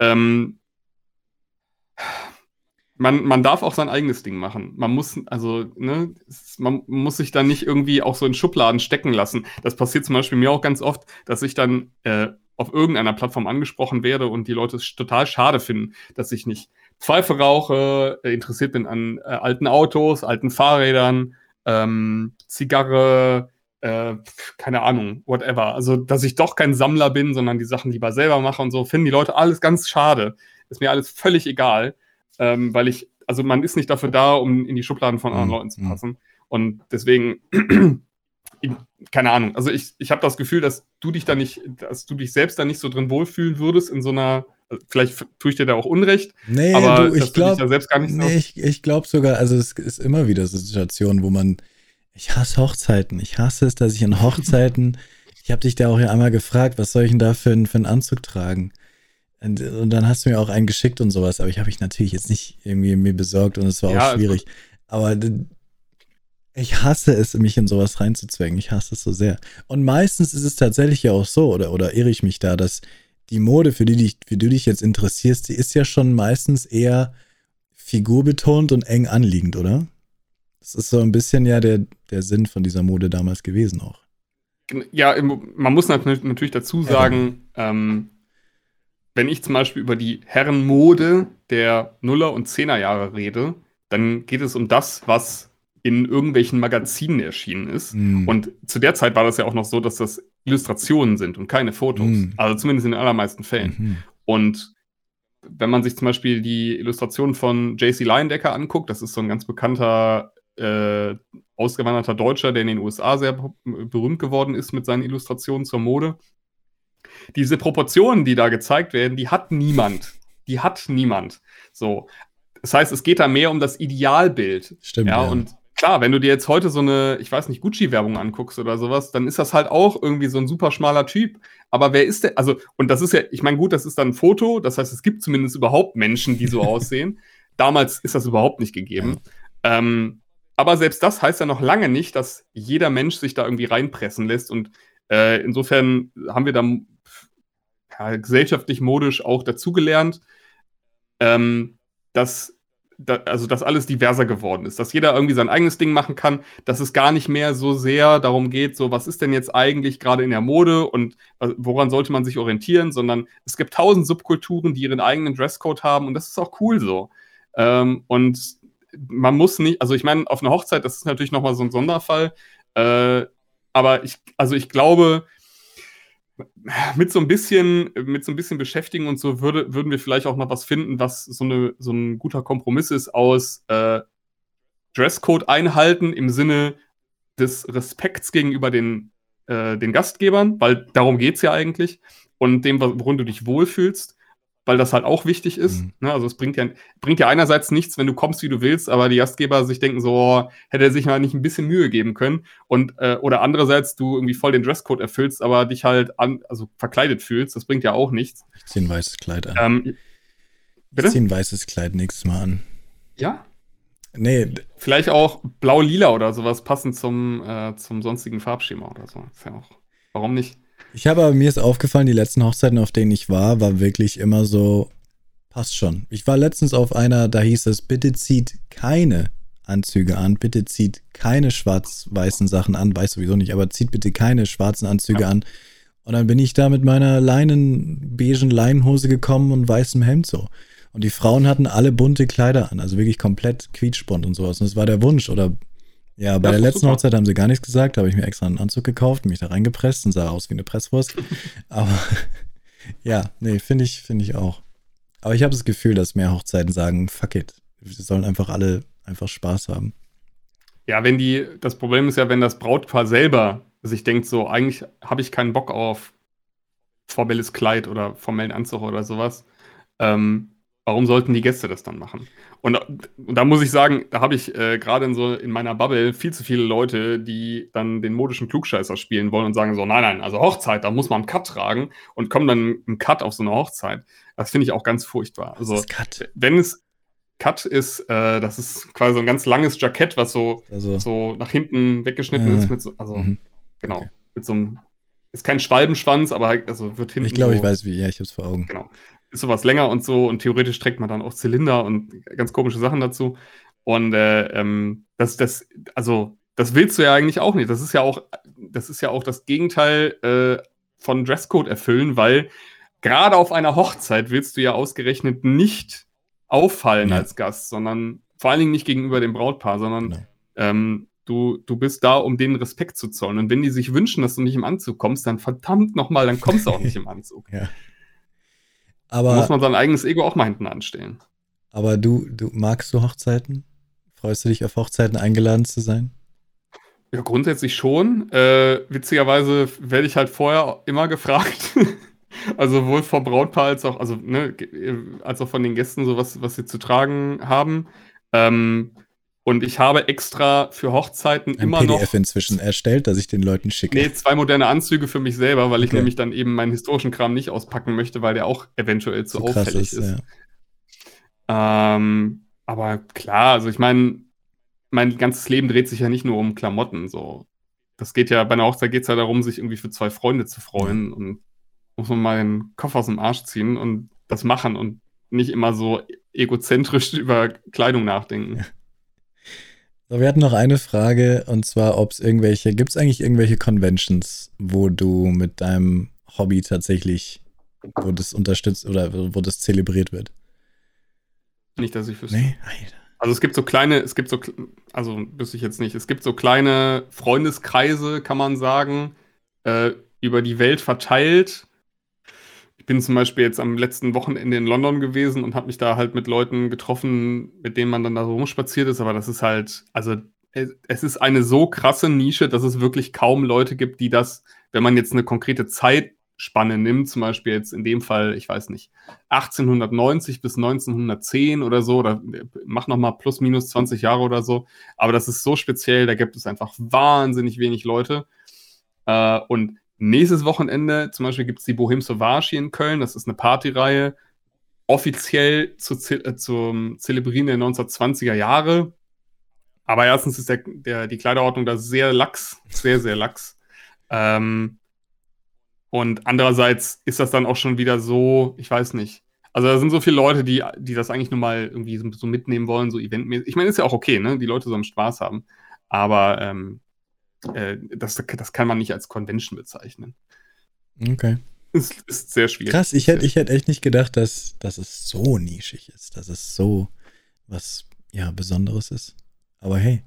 man darf auch sein eigenes Ding machen. Man muss sich da nicht irgendwie auch so in Schubladen stecken lassen. Das passiert zum Beispiel mir auch ganz oft, dass ich dann auf irgendeiner Plattform angesprochen werde und die Leute es total schade finden, dass ich nicht Pfeife rauche, interessiert bin an alten Autos, alten Fahrrädern, Zigarre, keine Ahnung, whatever. Also, dass ich doch kein Sammler bin, sondern die Sachen lieber selber mache und so, finden die Leute alles ganz schade. Ist mir alles völlig egal, weil man ist nicht dafür da, um in die Schubladen von anderen Leuten zu passen. Und deswegen, keine Ahnung, also ich habe das Gefühl, dass du dich selbst da nicht so drin wohlfühlen würdest in so einer, vielleicht tue ich dir da auch Unrecht, nee, aber ich glaube da selbst gar nicht so. Nee, ich glaube sogar, also es ist immer wieder so Situationen, wo ich hasse Hochzeiten, ich hasse es, dass ich an Hochzeiten, ich habe dich da auch ja einmal gefragt, was soll ich denn da für einen Anzug tragen? Und dann hast du mir auch einen geschickt und sowas, aber ich habe mich natürlich jetzt nicht irgendwie mir besorgt und es war auch schwierig. Aber ich hasse es, mich in sowas reinzuzwängen. Ich hasse es so sehr. Und meistens ist es tatsächlich ja auch so, oder irre ich mich da, dass die Mode, für du dich jetzt interessierst, die ist ja schon meistens eher figurbetont und eng anliegend, oder? Das ist so ein bisschen ja der Sinn von dieser Mode damals gewesen auch. Ja, man muss natürlich dazu sagen, wenn ich zum Beispiel über die Herrenmode der Nuller- und Zehnerjahre rede, dann geht es um das, was in irgendwelchen Magazinen erschienen ist. Und zu der Zeit war das ja auch noch so, dass das Illustrationen sind und keine Fotos. Also zumindest in den allermeisten Fällen. Und wenn man sich zum Beispiel die Illustrationen von J.C. Leyendecker anguckt, das ist so ein ganz bekannter ausgewanderter Deutscher, der in den USA sehr berühmt geworden ist mit seinen Illustrationen zur Mode. Diese Proportionen, die da gezeigt werden, die hat niemand. So. Das heißt, es geht da mehr um das Idealbild. Stimmt, ja. Und klar, wenn du dir jetzt heute so eine, Gucci-Werbung anguckst oder sowas, dann ist das halt auch irgendwie so ein super schmaler Typ. Aber wer ist der? Also, und das ist ja, ich meine, gut, das ist dann ein Foto, das heißt, es gibt zumindest überhaupt Menschen, die so aussehen. Damals ist das überhaupt nicht gegeben. Ja. Aber selbst das heißt ja noch lange nicht, dass jeder Mensch sich da irgendwie reinpressen lässt. Und insofern haben wir da gesellschaftlich, modisch auch dazugelernt, dass also dass alles diverser geworden ist, dass jeder irgendwie sein eigenes Ding machen kann, dass es gar nicht mehr so sehr darum geht, so was ist denn jetzt eigentlich gerade in der Mode und woran sollte man sich orientieren, sondern es gibt 1000 Subkulturen, die ihren eigenen Dresscode haben und das ist auch cool so. Und man muss nicht, also ich meine, auf einer Hochzeit, das ist natürlich nochmal so ein Sonderfall, aber ich glaube, mit so ein bisschen beschäftigen und so würden wir vielleicht auch noch was finden, was so ein guter Kompromiss ist aus Dresscode einhalten im Sinne des Respekts gegenüber den Gastgebern, weil darum geht es ja eigentlich, und dem, worin du dich wohlfühlst, weil das halt auch wichtig ist. Mhm. Ne? Also es bringt ja einerseits nichts, wenn du kommst, wie du willst, aber die Gastgeber sich denken so, oh, hätte er sich mal nicht ein bisschen Mühe geben können. Und oder andererseits du irgendwie voll den Dresscode erfüllst, aber dich halt also verkleidet fühlst. Das bringt ja auch nichts. Ich ziehe ein weißes Kleid an. Bitte? Ich ziehe ein weißes Kleid nächstes Mal an. Ja? Nee. Vielleicht auch blau-lila oder sowas, passend zum sonstigen Farbschema oder so. Ist ja auch, warum nicht? Mir ist aufgefallen, die letzten Hochzeiten, auf denen ich war wirklich immer so, passt schon. Ich war letztens auf einer, da hieß es, bitte zieht keine Anzüge an, bitte zieht keine schwarz-weißen Sachen an, weiß sowieso nicht, aber zieht bitte keine schwarzen Anzüge an. Und dann bin ich da mit meiner beigen Leinenhose gekommen und weißem Hemd so. Und die Frauen hatten alle bunte Kleider an, also wirklich komplett quietschbunt und sowas. Und das war der Wunsch, oder ja, bei der letzten super. Hochzeit haben sie gar nichts gesagt, da habe ich mir extra einen Anzug gekauft, mich da reingepresst und sah aus wie eine Presswurst. Aber ja, nee, finde ich auch. Aber ich habe das Gefühl, dass mehr Hochzeiten sagen, fuck it. Sie sollen einfach alle einfach Spaß haben. Ja, das Problem ist ja, wenn das Brautpaar selber sich denkt, so, eigentlich habe ich keinen Bock auf formelles Kleid oder formellen Anzug oder sowas. Warum sollten die Gäste das dann machen? Und da muss ich sagen, da habe ich gerade in meiner Bubble viel zu viele Leute, die dann den modischen Klugscheißer spielen wollen und sagen so, nein, also Hochzeit, da muss man einen Cut tragen und kommen dann im Cut auf so eine Hochzeit. Das finde ich auch ganz furchtbar. Also, Cut? wenn es Cut ist, das ist quasi so ein ganz langes Jackett, was so nach hinten weggeschnitten ist. Genau. Okay. Mit so einem, ist kein Schwalbenschwanz, aber also wird hinten. Ich glaube, ich weiß wie, ja, ich habe es vor Augen. Genau. Ist sowas länger und so und theoretisch trägt man dann auch Zylinder und ganz komische Sachen dazu. Und das willst du ja eigentlich auch nicht. Das ist ja auch das Gegenteil von Dresscode erfüllen, weil gerade auf einer Hochzeit willst du ja ausgerechnet nicht auffallen als Gast, sondern vor allen Dingen nicht gegenüber dem Brautpaar, sondern du bist da, um denen Respekt zu zollen. Und wenn die sich wünschen, dass du nicht im Anzug kommst, dann verdammt nochmal, dann kommst du auch nicht im Anzug. Ja. Aber da muss man sein eigenes Ego auch mal hinten anstellen. Aber du magst du Hochzeiten? Freust du dich auf Hochzeiten, eingeladen zu sein? Ja, grundsätzlich schon. Witzigerweise werde ich halt vorher immer gefragt. Also sowohl vom Brautpaar als auch, als auch von den Gästen, so was sie zu tragen haben. Und ich habe extra für Hochzeiten immer noch PDF inzwischen erstellt, dass ich den Leuten schicke. Nee, 2 moderne Anzüge für mich selber, weil ich nämlich dann eben meinen historischen Kram nicht auspacken möchte, weil der auch eventuell zu auffällig ist. Ja. Aber klar, also ich meine, mein ganzes Leben dreht sich ja nicht nur um Klamotten. So. Das geht ja, bei einer Hochzeit geht es ja darum, sich irgendwie für 2 Freunde zu freuen. Und muss man mal den Kopf aus dem Arsch ziehen und das machen und nicht immer so egozentrisch über Kleidung nachdenken. Ja. So, wir hatten noch eine Frage, und zwar, gibt es eigentlich irgendwelche Conventions, wo du mit deinem Hobby tatsächlich, wo das unterstützt oder wo das zelebriert wird? Nicht, dass ich wüsste. Nee, Alter. Also es gibt so wüsste ich jetzt nicht, es gibt so kleine Freundeskreise, kann man sagen, über die Welt verteilt. Ich bin zum Beispiel jetzt am letzten Wochenende in London gewesen und habe mich da halt mit Leuten getroffen, mit denen man dann da so rumspaziert ist, aber das ist halt, also es ist eine so krasse Nische, dass es wirklich kaum Leute gibt, die das, wenn man jetzt eine konkrete Zeitspanne nimmt, zum Beispiel jetzt in dem Fall, ich weiß nicht, 1890 bis 1910 oder so, oder mach nochmal plus minus 20 Jahre oder so, aber das ist so speziell, da gibt es einfach wahnsinnig wenig Leute und nächstes Wochenende zum Beispiel gibt es die Bohème Sauvage hier in Köln. Das ist eine Partyreihe, offiziell zum Zelebrieren der 1920er Jahre. Aber erstens ist die Kleiderordnung da sehr lax, sehr, sehr lax. Und andererseits ist das dann auch schon wieder so, ich weiß nicht. Also da sind so viele Leute, die das eigentlich nur mal irgendwie so mitnehmen wollen, so eventmäßig. Ich meine, ist ja auch okay, ne? Die Leute sollen Spaß haben. Aber das kann man nicht als Convention bezeichnen. Okay. Ist sehr schwierig. Krass, ich hätte echt nicht gedacht, dass es so nischig ist, dass es so was Besonderes ist. Aber hey,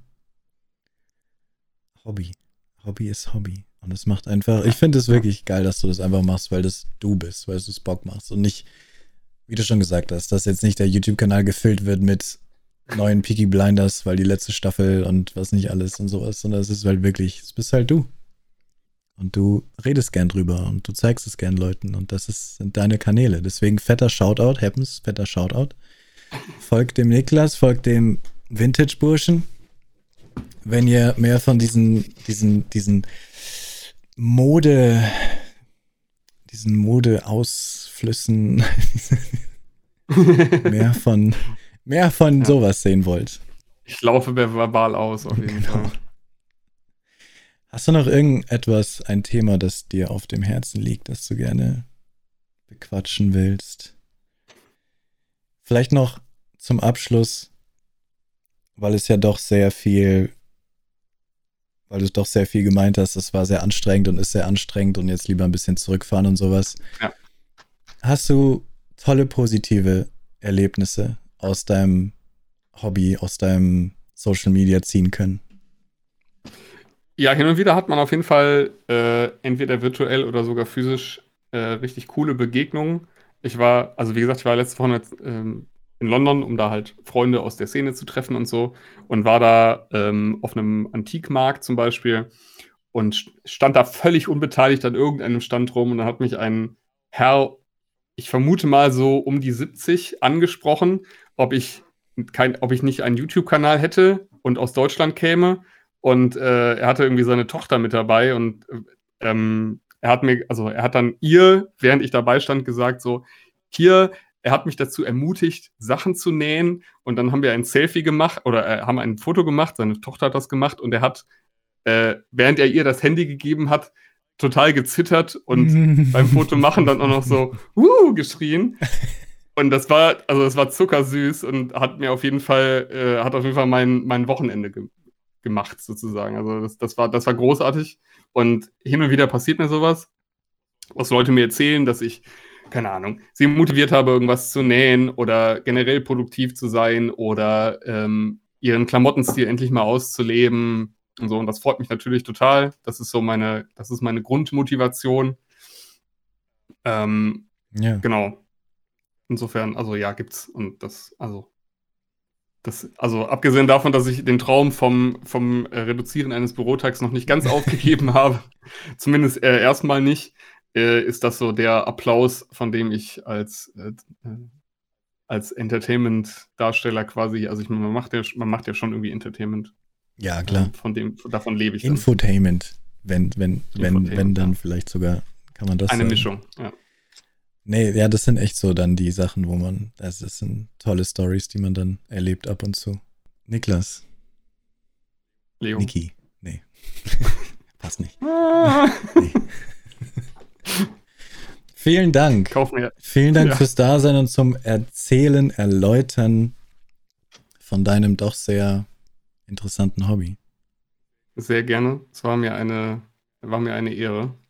Hobby. Hobby ist Hobby. Und es macht einfach, ich finde es wirklich geil, dass du das einfach machst, weil das du bist, weil du es Bock machst. Und nicht, wie du schon gesagt hast, dass jetzt nicht der YouTube-Kanal gefüllt wird mit neuen Peaky Blinders, weil die letzte Staffel und was nicht alles und sowas, sondern es ist halt wirklich, es bist halt du. Und du redest gern drüber und du zeigst es gern Leuten und sind deine Kanäle. Deswegen fetter Shoutout, Happens, fetter Shoutout. Folgt dem Niklas, folgt dem Vintage-Burschen. Wenn ihr mehr von diesen Modeausflüssen mehr von sowas sehen wollt. Ich laufe verbal aus, auf jeden Fall. Hast du noch irgendetwas, ein Thema, das dir auf dem Herzen liegt, das du gerne bequatschen willst? Vielleicht noch zum Abschluss, weil du doch sehr viel gemeint hast, es war sehr anstrengend und ist sehr anstrengend und jetzt lieber ein bisschen zurückfahren und sowas. Ja. Hast du tolle, positive Erlebnisse aus deinem Hobby, aus deinem Social Media ziehen können? Ja, hin und wieder hat man auf jeden Fall entweder virtuell oder sogar physisch richtig coole Begegnungen. Wie gesagt, letzte Woche in London, um da halt Freunde aus der Szene zu treffen und so. Und war da auf einem Antikmarkt zum Beispiel und stand da völlig unbeteiligt an irgendeinem Stand rum. Und dann hat mich ein Herr, ich vermute mal so um die 70, angesprochen, ob ich nicht einen YouTube-Kanal hätte und aus Deutschland käme. Und er hatte irgendwie seine Tochter mit dabei und er hat dann während ich dabei stand, gesagt so, hier, er hat mich dazu ermutigt, Sachen zu nähen und dann haben wir ein Selfie gemacht oder haben ein Foto gemacht, seine Tochter hat das gemacht und er hat, während er ihr das Handy gegeben hat, total gezittert und beim Fotomachen dann auch noch so geschrien. Und das war zuckersüß und hat auf jeden Fall mein Wochenende gemacht, sozusagen. Also das war großartig. Und hin und wieder passiert mir sowas, was Leute mir erzählen, dass ich, keine Ahnung, sie motiviert habe, irgendwas zu nähen oder generell produktiv zu sein oder ihren Klamottenstil endlich mal auszuleben und so. Und das freut mich natürlich total. Das ist meine Grundmotivation. Genau. Insofern, gibt's. Und abgesehen davon, dass ich den Traum vom Reduzieren eines Bürotags noch nicht ganz aufgegeben habe, zumindest erstmal nicht, ist das so der Applaus, von dem ich als Entertainment-Darsteller quasi, also man macht ja schon irgendwie Entertainment. Ja, klar. Davon lebe ich. Infotainment, wenn dann vielleicht sogar, kann man das eine sagen. Mischung, ja. Nee, ja, das sind echt so dann die Sachen, das sind tolle Stories, die man dann erlebt ab und zu. Niklas. Leo. Niki. Nee. Passt nicht. Nee. Vielen Dank. Vielen Dank fürs Dasein und zum Erzählen, Erläutern von deinem doch sehr interessanten Hobby. Sehr gerne. Es war mir eine Ehre.